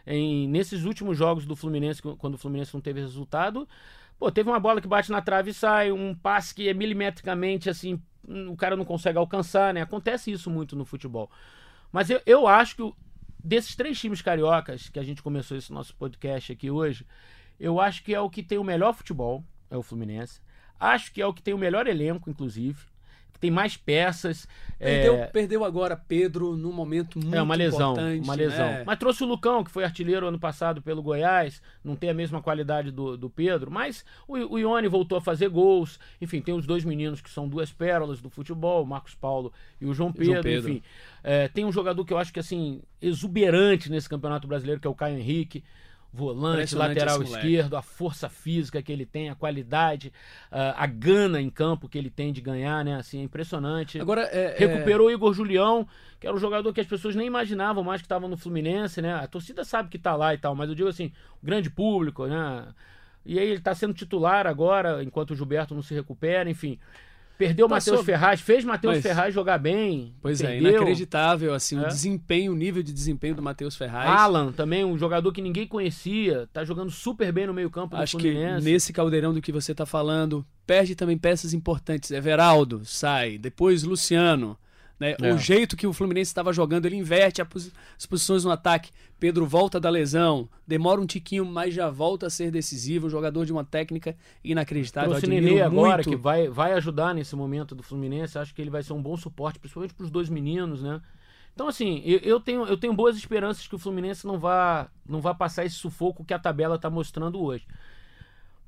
Nesses últimos jogos do Fluminense, quando o Fluminense não teve resultado, teve uma bola que bate na trave e sai, um passe que é milimetricamente, assim, o cara não consegue alcançar, né? Acontece isso muito no futebol. Mas eu acho que desses 3 times cariocas que a gente começou esse nosso podcast aqui hoje, eu acho que é o que tem o melhor futebol, é o Fluminense. Acho que é o que tem o melhor elenco, inclusive. Que tem mais peças. Perdeu agora Pedro num momento muito importante. Uma lesão. Né? Mas trouxe o Lucão, que foi artilheiro ano passado pelo Goiás. Não tem a mesma qualidade do Pedro. Mas o Ione voltou a fazer gols. Enfim, tem os 2 meninos que são 2 pérolas do futebol, o Marcos Paulo e o João Pedro. Enfim, tem um jogador que eu acho que assim exuberante nesse Campeonato Brasileiro, que é o Caio Henrique. Volante, lateral esquerdo, a força física que ele tem, a qualidade, a gana em campo que ele tem de ganhar, né? Assim, é impressionante. Agora, recuperou o Igor Julião, que era um jogador que as pessoas nem imaginavam mais que estava no Fluminense, né? A torcida sabe que tá lá e tal, mas eu digo assim, o grande público, né? E aí ele tá sendo titular agora, enquanto o Gilberto não se recupera, enfim. Perdeu o Matheus Ferraz, fez Matheus Ferraz jogar bem. Pois inacreditável, assim, o desempenho, o nível de desempenho do Matheus Ferraz. Alan, também, um jogador que ninguém conhecia, tá jogando super bem no meio-campo do Fluminense. Acho que nesse caldeirão do que você tá falando, perde também peças importantes. Everaldo sai, depois Luciano. Né? O jeito que o Fluminense estava jogando, ele inverte as posições no ataque. Pedro volta da lesão, demora um tiquinho, mas já volta a ser decisivo. Um jogador de uma técnica inacreditável. O Nenê agora, que vai ajudar nesse momento do Fluminense, acho que ele vai ser um bom suporte, principalmente para os 2 meninos, né? Então, assim, eu tenho boas esperanças que o Fluminense não vá passar esse sufoco que a tabela está mostrando hoje.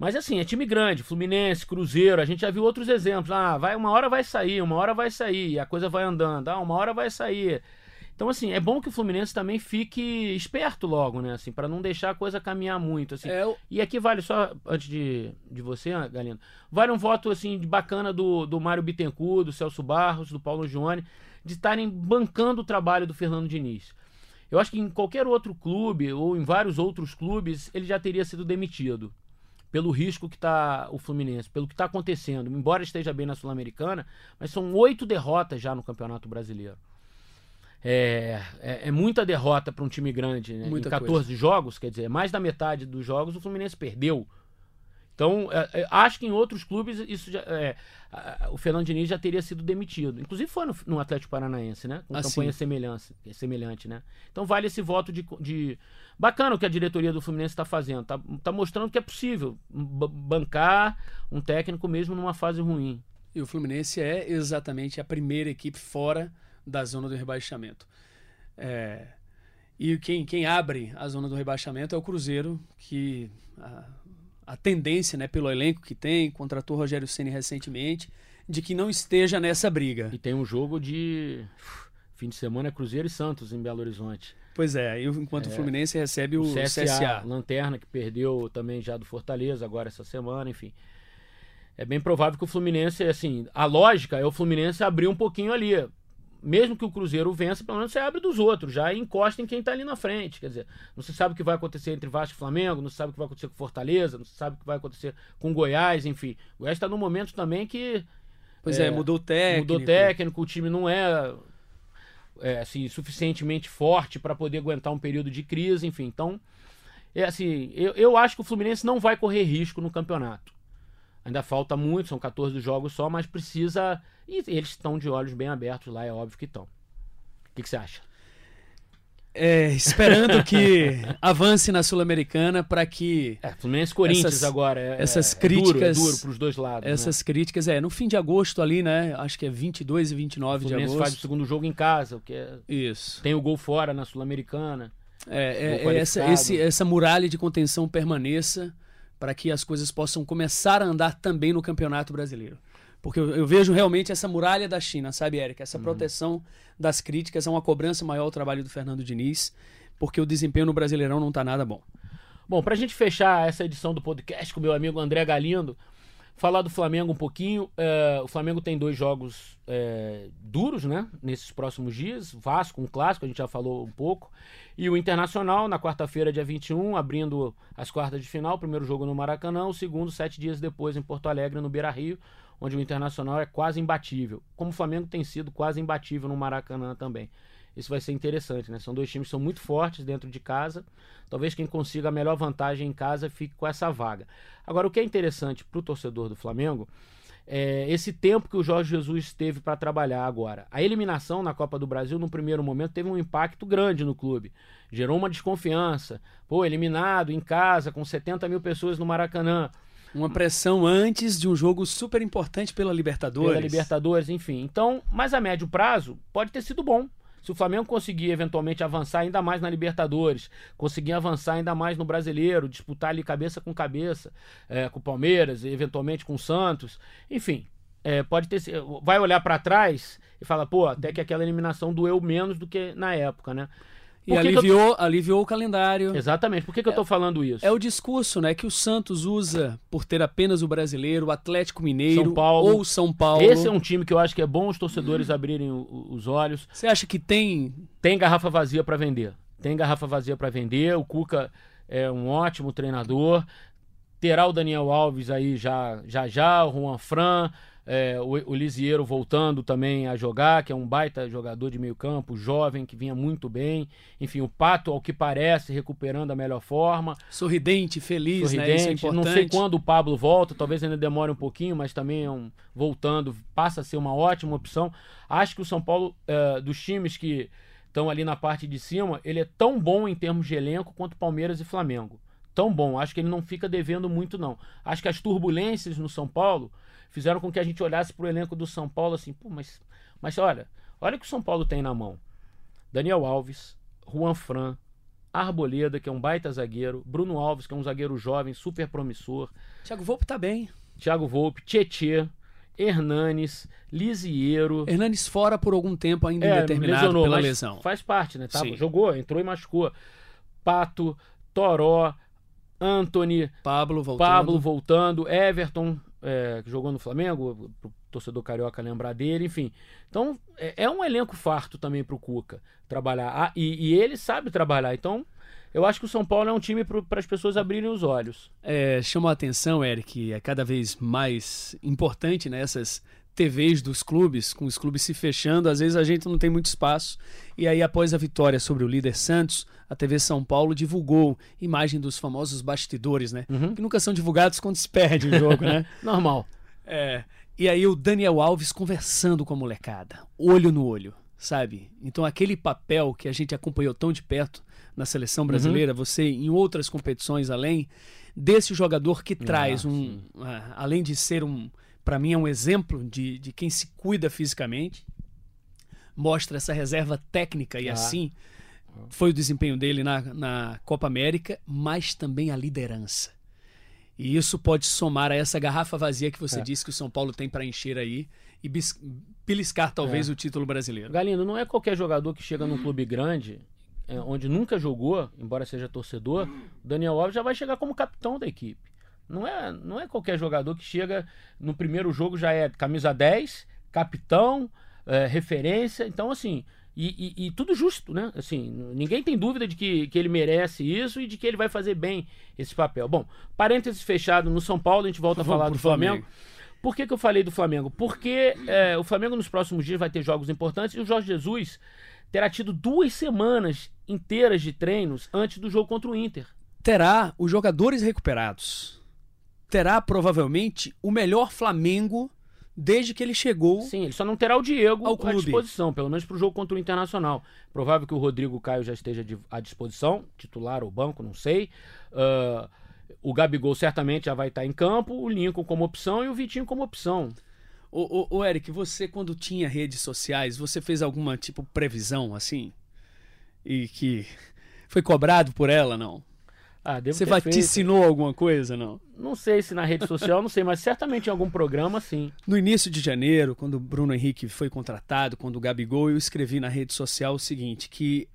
Mas assim, é time grande, Fluminense, Cruzeiro, a gente já viu outros exemplos. Uma hora vai sair, e a coisa vai andando. Uma hora vai sair. Então, assim, é bom que o Fluminense também fique esperto logo, né? Assim, para não deixar a coisa caminhar muito, assim. E aqui vale só, antes de você, Galindo, vale um voto, assim, bacana do Mário Bittencourt, do Celso Barros, do Paulo Gione, de estarem bancando o trabalho do Fernando Diniz. Eu acho que em qualquer outro clube, ou em vários outros clubes, ele já teria sido demitido. Pelo risco que está o Fluminense, pelo que está acontecendo. Embora esteja bem na Sul-Americana, mas são 8 derrotas já no Campeonato Brasileiro. É muita derrota para um time grande, né? Em 14 jogos, quer dizer, mais da metade dos jogos o Fluminense perdeu. Então, acho que em outros clubes o Fernando Diniz já teria sido demitido. Inclusive foi no Atlético Paranaense, né? Com campanha semelhante, né? Então vale esse voto de... Bacana o que a diretoria do Fluminense está fazendo. Tá mostrando que é possível bancar um técnico mesmo numa fase ruim. E o Fluminense é exatamente a primeira equipe fora da zona do rebaixamento. E quem abre a zona do rebaixamento é o Cruzeiro, que a tendência, né, pelo elenco que tem, contratou Rogério Ceni recentemente, de que não esteja nessa briga. E tem um jogo de fim de semana, Cruzeiro e Santos em Belo Horizonte. Pois é, enquanto o Fluminense recebe o CSA. Lanterna, que perdeu também já do Fortaleza agora essa semana, enfim. É bem provável que o Fluminense, assim, a lógica é o Fluminense abrir um pouquinho ali. Mesmo que o Cruzeiro vença, pelo menos você abre dos outros, já encosta em quem está ali na frente. Quer dizer, não se sabe o que vai acontecer entre Vasco e Flamengo, não se sabe o que vai acontecer com Fortaleza, não se sabe o que vai acontecer com Goiás, enfim. O Goiás está num momento também que... mudou o técnico. Mudou o técnico, o time não é assim, suficientemente forte para poder aguentar um período de crise, enfim. Então, assim, eu acho que o Fluminense não vai correr risco no campeonato. Ainda falta muito, são 14 jogos só, mas precisa... E eles estão de olhos bem abertos lá, é óbvio que estão. O que você acha? Esperando que avance na Sul-Americana para que... Fluminense e Corinthians agora. Essas críticas... É duro para os dois lados. Essas críticas, no fim de agosto ali, né? Acho que é 22 e 29 de agosto. O Fluminense faz o segundo jogo em casa, o que Isso. Tem o gol fora na Sul-Americana. Essa muralha de contenção permaneça para que as coisas possam começar a andar também no Campeonato Brasileiro. Porque eu vejo realmente essa muralha da China, sabe, Érica? Essa proteção das críticas, é uma cobrança maior ao trabalho do Fernando Diniz, porque o desempenho no Brasileirão não está nada bom. Bom, pra gente fechar essa edição do podcast com o meu amigo André Galindo, falar do Flamengo um pouquinho. O Flamengo tem 2 jogos duros, né? Nesses próximos dias. Vasco, um clássico, a gente já falou um pouco. E o Internacional, na quarta-feira, dia 21, abrindo as quartas de final. Primeiro jogo no Maracanã, o segundo 7 dias depois em Porto Alegre, no Beira-Rio, onde o Internacional é quase imbatível. Como o Flamengo tem sido quase imbatível no Maracanã também. Isso vai ser interessante, né? São 2 times que são muito fortes dentro de casa. Talvez quem consiga a melhor vantagem em casa fique com essa vaga. Agora, o que é interessante para o torcedor do Flamengo é esse tempo que o Jorge Jesus teve para trabalhar agora. A eliminação na Copa do Brasil, no primeiro momento, teve um impacto grande no clube. Gerou uma desconfiança. Eliminado em casa, com 70 mil pessoas no Maracanã. Uma pressão antes de um jogo super importante pela Libertadores. Enfim. Então, mas a médio prazo pode ter sido bom. Se o Flamengo conseguir eventualmente avançar ainda mais na Libertadores, conseguir avançar ainda mais no Brasileiro, disputar ali cabeça com cabeça, com o Palmeiras, eventualmente com o Santos, enfim, pode ter, vai olhar para trás e falar, até que aquela eliminação doeu menos do que na época, né? E aliviou o calendário. Exatamente. Por que eu tô falando isso? É o discurso, né, que o Santos usa por ter apenas o Brasileiro, o Atlético Mineiro ou São Paulo. Esse é um time que eu acho que é bom os torcedores abrirem os olhos. Você acha que tem garrafa vazia para vender? Tem garrafa vazia para vender. O Cuca é um ótimo treinador. Terá o Daniel Alves aí já, o Juan Fran, o Lisieiro voltando também a jogar, que é um baita jogador de meio campo, jovem, que vinha muito bem. Enfim, o Pato, ao que parece, recuperando a melhor forma. Sorridente, feliz, né? Isso é importante. Não sei quando o Pablo volta, talvez ainda demore um pouquinho, mas também voltando, passa a ser uma ótima opção. Acho que o São Paulo, dos times que estão ali na parte de cima, ele é tão bom em termos de elenco quanto Palmeiras e Flamengo. Tão bom, acho que ele não fica devendo muito não. Acho que as turbulências no São Paulo fizeram com que a gente olhasse pro elenco do São Paulo assim, mas olha o que o São Paulo tem na mão. Daniel Alves, Juan Fran, Arboleda, que é um baita zagueiro, Bruno Alves, que é um zagueiro jovem, super promissor, Thiago Volpe tá bem. Thiago Volpe, Tietê, Hernanes, Lisieiro. Hernanes fora por algum tempo ainda indeterminado lesionou, pela mas lesão. faz parte, né? Sim. Jogou, entrou e machucou. Pato, Toró, Antony, Pablo voltando, Everton, que jogou no Flamengo, pro torcedor carioca lembrar dele, enfim. Então, é um elenco farto também pro Cuca trabalhar. E ele sabe trabalhar, então eu acho que o São Paulo é um time para as pessoas abrirem os olhos. Chamou a atenção, Eric, é cada vez mais importante, né, essas TVs dos clubes, com os clubes se fechando, às vezes a gente não tem muito espaço. E aí, após a vitória sobre o líder Santos, a TV São Paulo divulgou imagem dos famosos bastidores, né? Que nunca são divulgados quando se perde o jogo, né? Normal. E aí o Daniel Alves conversando com a molecada, olho no olho, sabe? Então aquele papel que a gente acompanhou tão de perto na seleção brasileira, você em outras competições além desse jogador que traz além de ser para mim é um exemplo de quem se cuida fisicamente, mostra essa reserva técnica e assim foi o desempenho dele na Copa América, mas também a liderança. E isso pode somar a essa garrafa vazia que você disse que o São Paulo tem para encher aí e beliscar talvez o título brasileiro. Galindo, não é qualquer jogador que chega num clube grande, onde nunca jogou, embora seja torcedor, o Daniel Alves já vai chegar como capitão da equipe. Não é qualquer jogador que chega no primeiro jogo já é camisa 10, capitão, referência. Então, assim, e tudo justo, né? Assim, ninguém tem dúvida de que ele merece isso e de que ele vai fazer bem esse papel. Bom, parênteses fechado no São Paulo, a gente volta a falar do Flamengo. Por que eu falei do Flamengo? Porque o Flamengo nos próximos dias vai ter jogos importantes e o Jorge Jesus terá tido 2 semanas inteiras de treinos antes do jogo contra o Inter. Terá os jogadores recuperados. Terá provavelmente o melhor Flamengo desde que ele chegou. Sim, ele só não terá o Diego ao clube à disposição, pelo menos para o jogo contra o Internacional. Provável que o Rodrigo Caio já esteja à disposição, titular ou banco, não sei. O Gabigol certamente já vai estar em campo, o Lincoln como opção e o Vitinho como opção. Ô Eric, você quando tinha redes sociais, você fez alguma previsão assim? E que foi cobrado por ela, não? Você vaticinou alguma coisa, não? Não sei se na rede social, não sei, mas certamente em algum programa, sim. No início de janeiro, quando o Bruno Henrique foi contratado, quando o Gabigol, eu escrevi na rede social o seguinte, que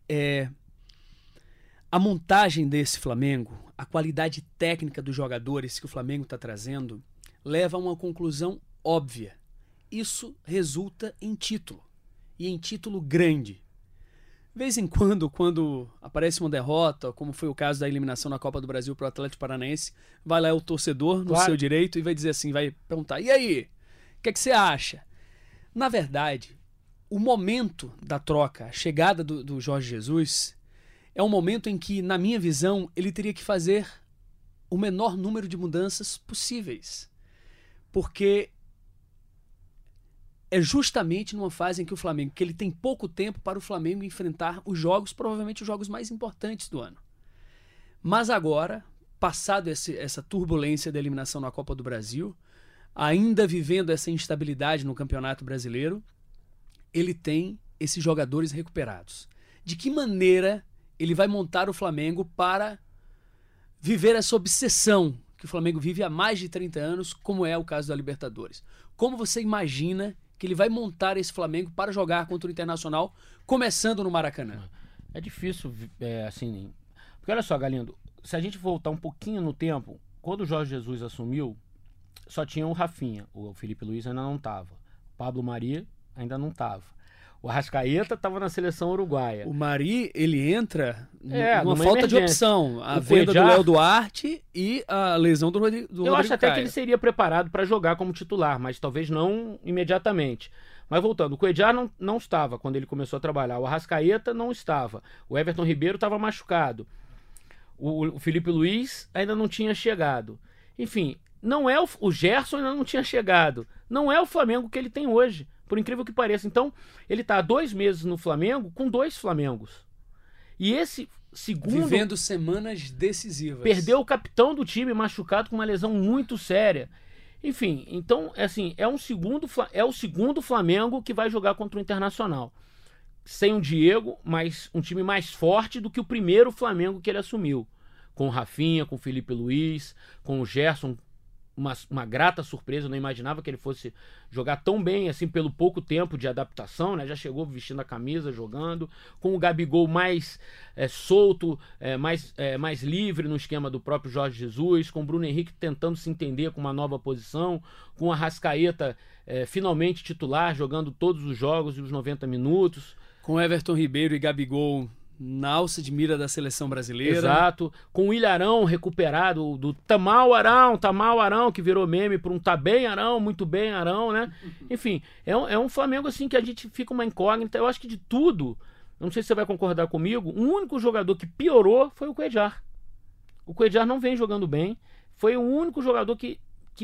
a montagem desse Flamengo, a qualidade técnica dos jogadores que o Flamengo está trazendo, leva a uma conclusão óbvia. Isso resulta em título, e em título grande. De vez em quando aparece uma derrota, como foi o caso da eliminação na Copa do Brasil para o Atlético Paranaense, vai lá o torcedor no seu direito e vai dizer assim, vai perguntar, e aí, o que você acha? Na verdade, o momento da troca, a chegada do Jorge Jesus, é um momento em que, na minha visão, ele teria que fazer o menor número de mudanças possíveis. Porque é justamente numa fase em que o Flamengo, que ele tem pouco tempo para o Flamengo enfrentar os jogos, provavelmente os jogos mais importantes do ano. Mas agora, passado essa turbulência da eliminação na Copa do Brasil, ainda vivendo essa instabilidade no Campeonato Brasileiro, ele tem esses jogadores recuperados. De que maneira ele vai montar o Flamengo para viver essa obsessão que o Flamengo vive há mais de 30 anos, como é o caso da Libertadores? Como você imagina que ele vai montar esse Flamengo para jogar contra o Internacional, começando no Maracanã? É difícil, assim... Porque olha só, Galindo, se a gente voltar um pouquinho no tempo, quando o Jorge Jesus assumiu, só tinha o Rafinha, o Felipe Luiz ainda não estava, o Pablo Mari ainda não estava, o Arrascaeta estava na seleção uruguaia. O Mari, ele entra numa falta emergência de opção. A venda Cuéllar, do Léo Duarte e a lesão do Rodrigo Eu acho até Caio. que ele seria preparado para jogar como titular, mas talvez não imediatamente. Mas voltando, o Cuéllar não estava quando ele começou a trabalhar. O Arrascaeta não estava. O Everton Ribeiro estava machucado. O Felipe Luiz ainda não tinha chegado. Enfim, não é o Gerson ainda não tinha chegado. Não é o Flamengo que ele tem hoje, por incrível que pareça. Então, ele está há 2 meses no Flamengo com 2 Flamengos. E esse segundo... Vivendo semanas decisivas. Perdeu o capitão do time machucado com uma lesão muito séria. Enfim, então, assim, é o segundo Flamengo que vai jogar contra o Internacional. sem o Diego, mas um time mais forte do que o primeiro Flamengo que ele assumiu. Com o Rafinha, com o Felipe Luiz, com o Gerson, uma grata surpresa. Eu não imaginava que ele fosse jogar tão bem, assim, pelo pouco tempo de adaptação, né? Já chegou vestindo a camisa, jogando, com o Gabigol mais solto, mais livre no esquema do próprio Jorge Jesus, com o Bruno Henrique tentando se entender com uma nova posição, com o Arrascaeta finalmente titular, jogando todos os jogos e os 90 minutos. Com Everton Ribeiro e Gabigol na alça de mira da seleção brasileira. Exato. Com o Ilharão recuperado, do Tamal Arão, que virou meme por um tá bem Arão, muito bem Arão, né? Enfim, é um Flamengo assim que a gente fica uma incógnita. Eu acho que de tudo, não sei se você vai concordar comigo, o único jogador que piorou foi o Cuéllar. O Cuéllar não vem jogando bem. Foi o único jogador que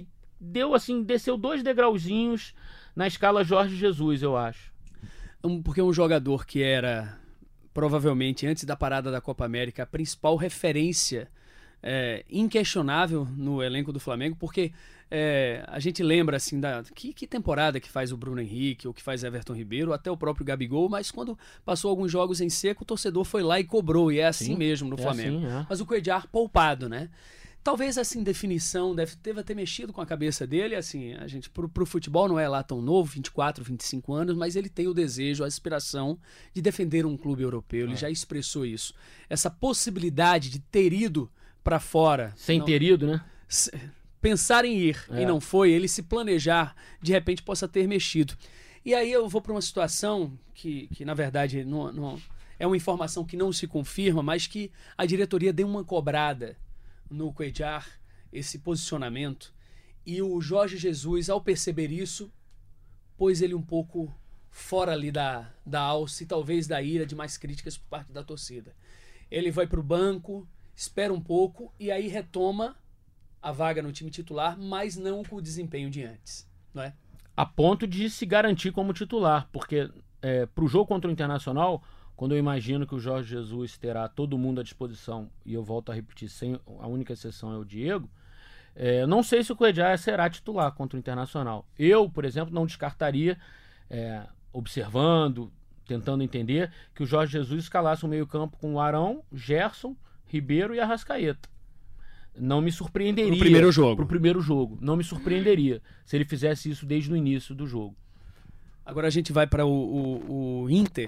desceu 2 degrauzinhos na escala Jorge Jesus, eu acho. Porque um jogador que era, provavelmente, antes da parada da Copa América, a principal referência inquestionável no elenco do Flamengo, porque a gente lembra, assim, que temporada que faz o Bruno Henrique, ou que faz Everton Ribeiro, até o próprio Gabigol, mas quando passou alguns jogos em seco, o torcedor foi lá e cobrou, e é assim Sim, mesmo no Flamengo. Assim, Mas o Cuéllar poupado, né? Talvez essa indefinição deva ter mexido com a cabeça dele, assim, a gente pro futebol não é lá tão novo, 24, 25 anos, mas ele tem o desejo, a aspiração de defender um clube europeu, ele já expressou isso. Essa possibilidade de ter ido para fora... Sem ter ido, né? Pensar em ir e não foi, ele se planejar, de repente possa ter mexido. E aí eu vou para uma situação que na verdade, não é uma informação que não se confirma, mas que a diretoria deu uma cobrada no Cuéllar, esse posicionamento, e o Jorge Jesus, ao perceber isso, pôs ele um pouco fora ali da alça e talvez da ira de mais críticas por parte da torcida. Ele vai para o banco, espera um pouco e aí retoma a vaga no time titular, mas não com o desempenho de antes, não é? A ponto de se garantir como titular, porque para o jogo contra o Internacional, quando eu imagino que o Jorge Jesus terá todo mundo à disposição, e eu volto a repetir, a única exceção é o Diego, não sei se o Cuéllar será titular contra o Internacional. Eu, por exemplo, não descartaria, observando, tentando entender, que o Jorge Jesus escalasse um meio-campo com o Arão, Gerson, Ribeiro e Arrascaeta. Não me surpreenderia. Pro primeiro jogo. Pro primeiro jogo. Não me surpreenderia se ele fizesse isso desde o início do jogo. Agora a gente vai para o Inter,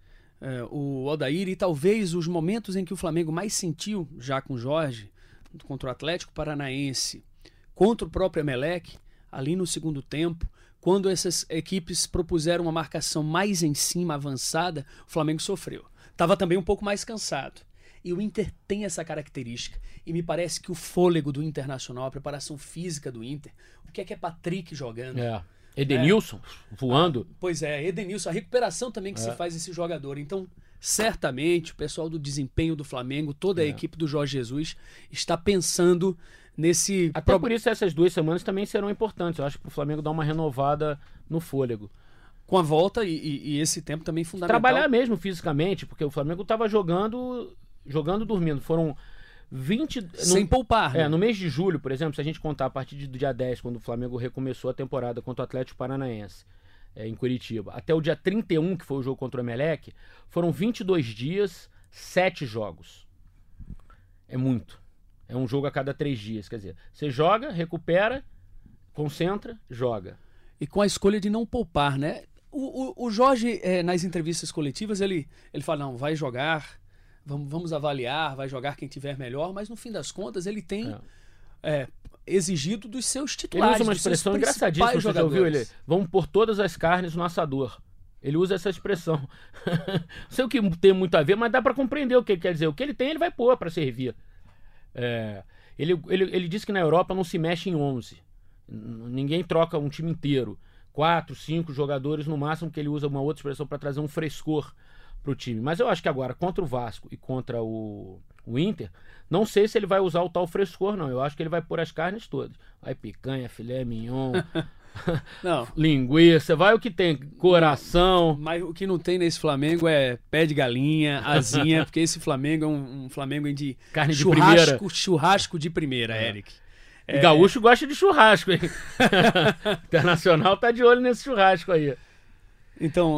o Odair, e talvez os momentos em que o Flamengo mais sentiu, já com o Jorge, contra o Atlético Paranaense, contra o próprio Emelec, ali no segundo tempo, quando essas equipes propuseram uma marcação mais em cima, avançada, o Flamengo sofreu. Estava também um pouco mais cansado. E o Inter tem essa característica. E me parece que o fôlego do Internacional, a preparação física do Inter, o que é Patrick jogando? Edenilson voando. Pois é, Edenilson, a recuperação também que se faz esse jogador. Então, certamente, o pessoal do desempenho do Flamengo, toda a equipe do Jorge Jesus, está pensando nesse... Até por isso essas 2 semanas também serão importantes. Eu acho que o Flamengo dá uma renovada no fôlego. Com a volta e esse tempo também fundamental. Trabalhar mesmo fisicamente, porque o Flamengo estava jogando dormindo. Foram 20... Sem poupar, né? No mês de julho, por exemplo, se a gente contar a partir do dia 10, quando o Flamengo recomeçou a temporada contra o Atlético Paranaense, em Curitiba, até o dia 31, que foi o jogo contra o Emelec, foram 22 dias, 7 jogos. É muito. É um jogo a cada 3 dias. Quer dizer, você joga, recupera, concentra, joga. E com a escolha de não poupar, né? O Jorge, nas entrevistas coletivas, ele fala, não, vai jogar... Vamos avaliar, vai jogar quem tiver melhor, mas no fim das contas ele tem exigido dos seus titulares. Ele usa uma expressão engraçadíssima, você já ouviu ele? Vamos pôr todas as carnes no assador. Ele usa essa expressão. Não sei o que tem muito a ver, mas dá para compreender o que ele quer dizer. O que ele tem, ele vai pôr para servir. Ele disse que na Europa não se mexe em 11. Ninguém troca um time inteiro. 4, 5 jogadores no máximo, que ele usa uma outra expressão para trazer um frescor pro time. Mas eu acho que agora, contra o Vasco e contra o Inter, não sei se ele vai usar o tal frescor, não. Eu acho que ele vai pôr as carnes todas. Vai picanha, filé mignon, não. Linguiça, vai o que tem, coração. Mas o que não tem nesse Flamengo é pé de galinha, asinha, porque esse Flamengo é um Flamengo de carne de primeira. Churrasco de primeira, Eric. E gaúcho gosta de churrasco, hein? Internacional tá de olho nesse churrasco aí. Então,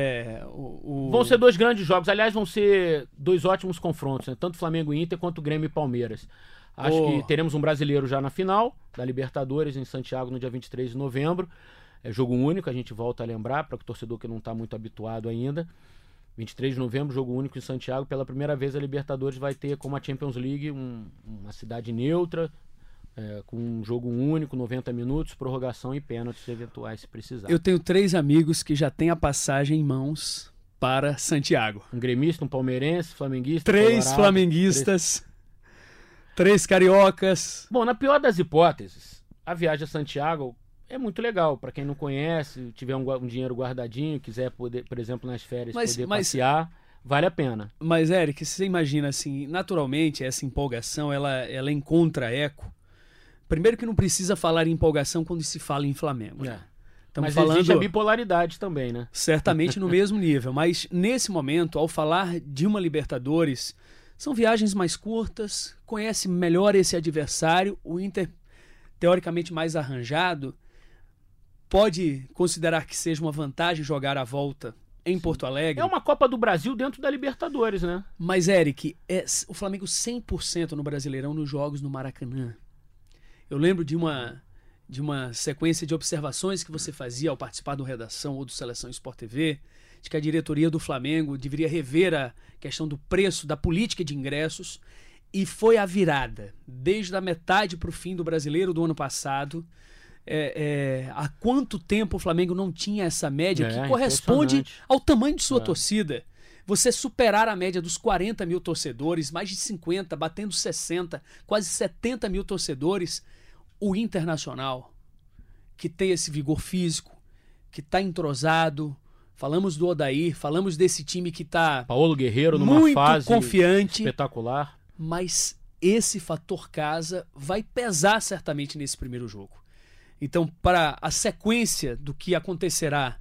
Vão ser 2 grandes jogos. Aliás, vão ser 2 ótimos confrontos, né? Tanto Flamengo e Inter quanto Grêmio e Palmeiras. Acho que teremos um brasileiro já na final da Libertadores em Santiago no dia 23 de novembro. É jogo único, a gente volta a lembrar, para o torcedor que não está muito habituado ainda. 23 de novembro, jogo único em Santiago. Pela primeira vez a Libertadores vai ter, como a Champions League, uma cidade neutra, com um jogo único, 90 minutos, prorrogação e pênaltis eventuais se precisar. Eu tenho 3 amigos que já têm a passagem em mãos para Santiago. Um gremista, um palmeirense, flamenguista, 3 colorado, flamenguistas, 3 cariocas. Bom, na pior das hipóteses, a viagem a Santiago é muito legal. Para quem não conhece, tiver um dinheiro guardadinho, quiser poder, por exemplo, nas férias, poder passear, vale a pena. Mas, Eric, você imagina assim, naturalmente essa empolgação, ela encontra eco. Primeiro que não precisa falar em empolgação quando se fala em Flamengo. Né? Mas existe a bipolaridade também, né? Certamente no mesmo nível. Mas nesse momento, ao falar de uma Libertadores, são viagens mais curtas, conhece melhor esse adversário. O Inter, teoricamente mais arranjado, pode considerar que seja uma vantagem jogar a volta em Porto Alegre. É uma Copa do Brasil dentro da Libertadores, né? Mas, Eric, o Flamengo 100% no Brasileirão nos jogos no Maracanã. Eu lembro de uma sequência de observações que você fazia ao participar do Redação ou do Seleção Sport TV, de que a diretoria do Flamengo deveria rever a questão do preço, da política de ingressos, e foi a virada. Desde a metade para o fim do Brasileiro do ano passado, há quanto tempo o Flamengo não tinha essa média que corresponde ao tamanho de sua torcida? Você superar a média dos 40 mil torcedores, mais de 50, batendo 60, quase 70 mil torcedores, o Internacional, que tem esse vigor físico, que está entrosado, falamos do Odair, falamos desse time que está Paulo Guerreiro numa muito fase confiante, espetacular. Mas esse fator casa vai pesar certamente nesse primeiro jogo. Então, para a sequência do que acontecerá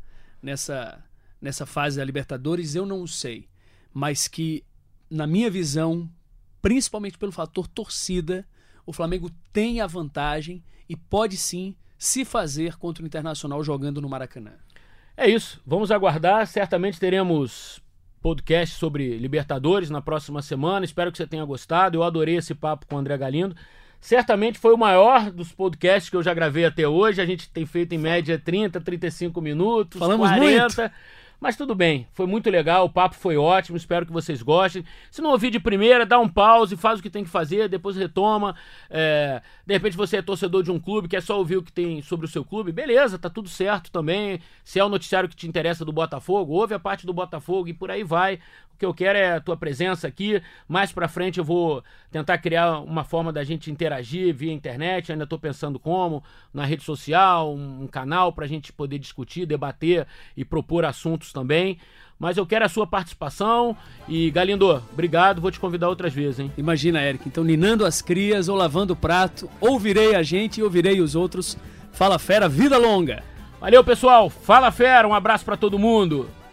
nessa fase da Libertadores, eu não sei. Mas que, na minha visão, principalmente pelo fator torcida, o Flamengo tem a vantagem e pode sim se fazer contra o Internacional jogando no Maracanã. É isso. Vamos aguardar. Certamente teremos podcast sobre Libertadores na próxima semana. Espero que você tenha gostado. Eu adorei esse papo com o André Galindo. Certamente foi o maior dos podcasts que eu já gravei até hoje. A gente tem feito em média 30, 35 minutos, falamos 40. Muito. Mas tudo bem, foi muito legal, o papo foi ótimo, espero que vocês gostem. Se não ouvir de primeira, dá um pause, faz o que tem que fazer, depois retoma. De repente você é torcedor de um clube, quer só ouvir o que tem sobre o seu clube, beleza, tá tudo certo também. Se é o noticiário que te interessa do Botafogo, ouve a parte do Botafogo e por aí vai. O que eu quero é a tua presença aqui. Mais pra frente eu vou tentar criar uma forma da gente interagir via internet. Ainda tô pensando como, na rede social, um canal pra gente poder discutir, debater e propor assuntos também. Mas eu quero a sua participação. E, Galindo, obrigado. Vou te convidar outras vezes, hein? Imagina, Eric. Então, ninando as crias ou lavando o prato, ouvirei a gente e ouvirei os outros. Fala Fera, vida longa! Valeu, pessoal. Fala, Fera. Um abraço pra todo mundo.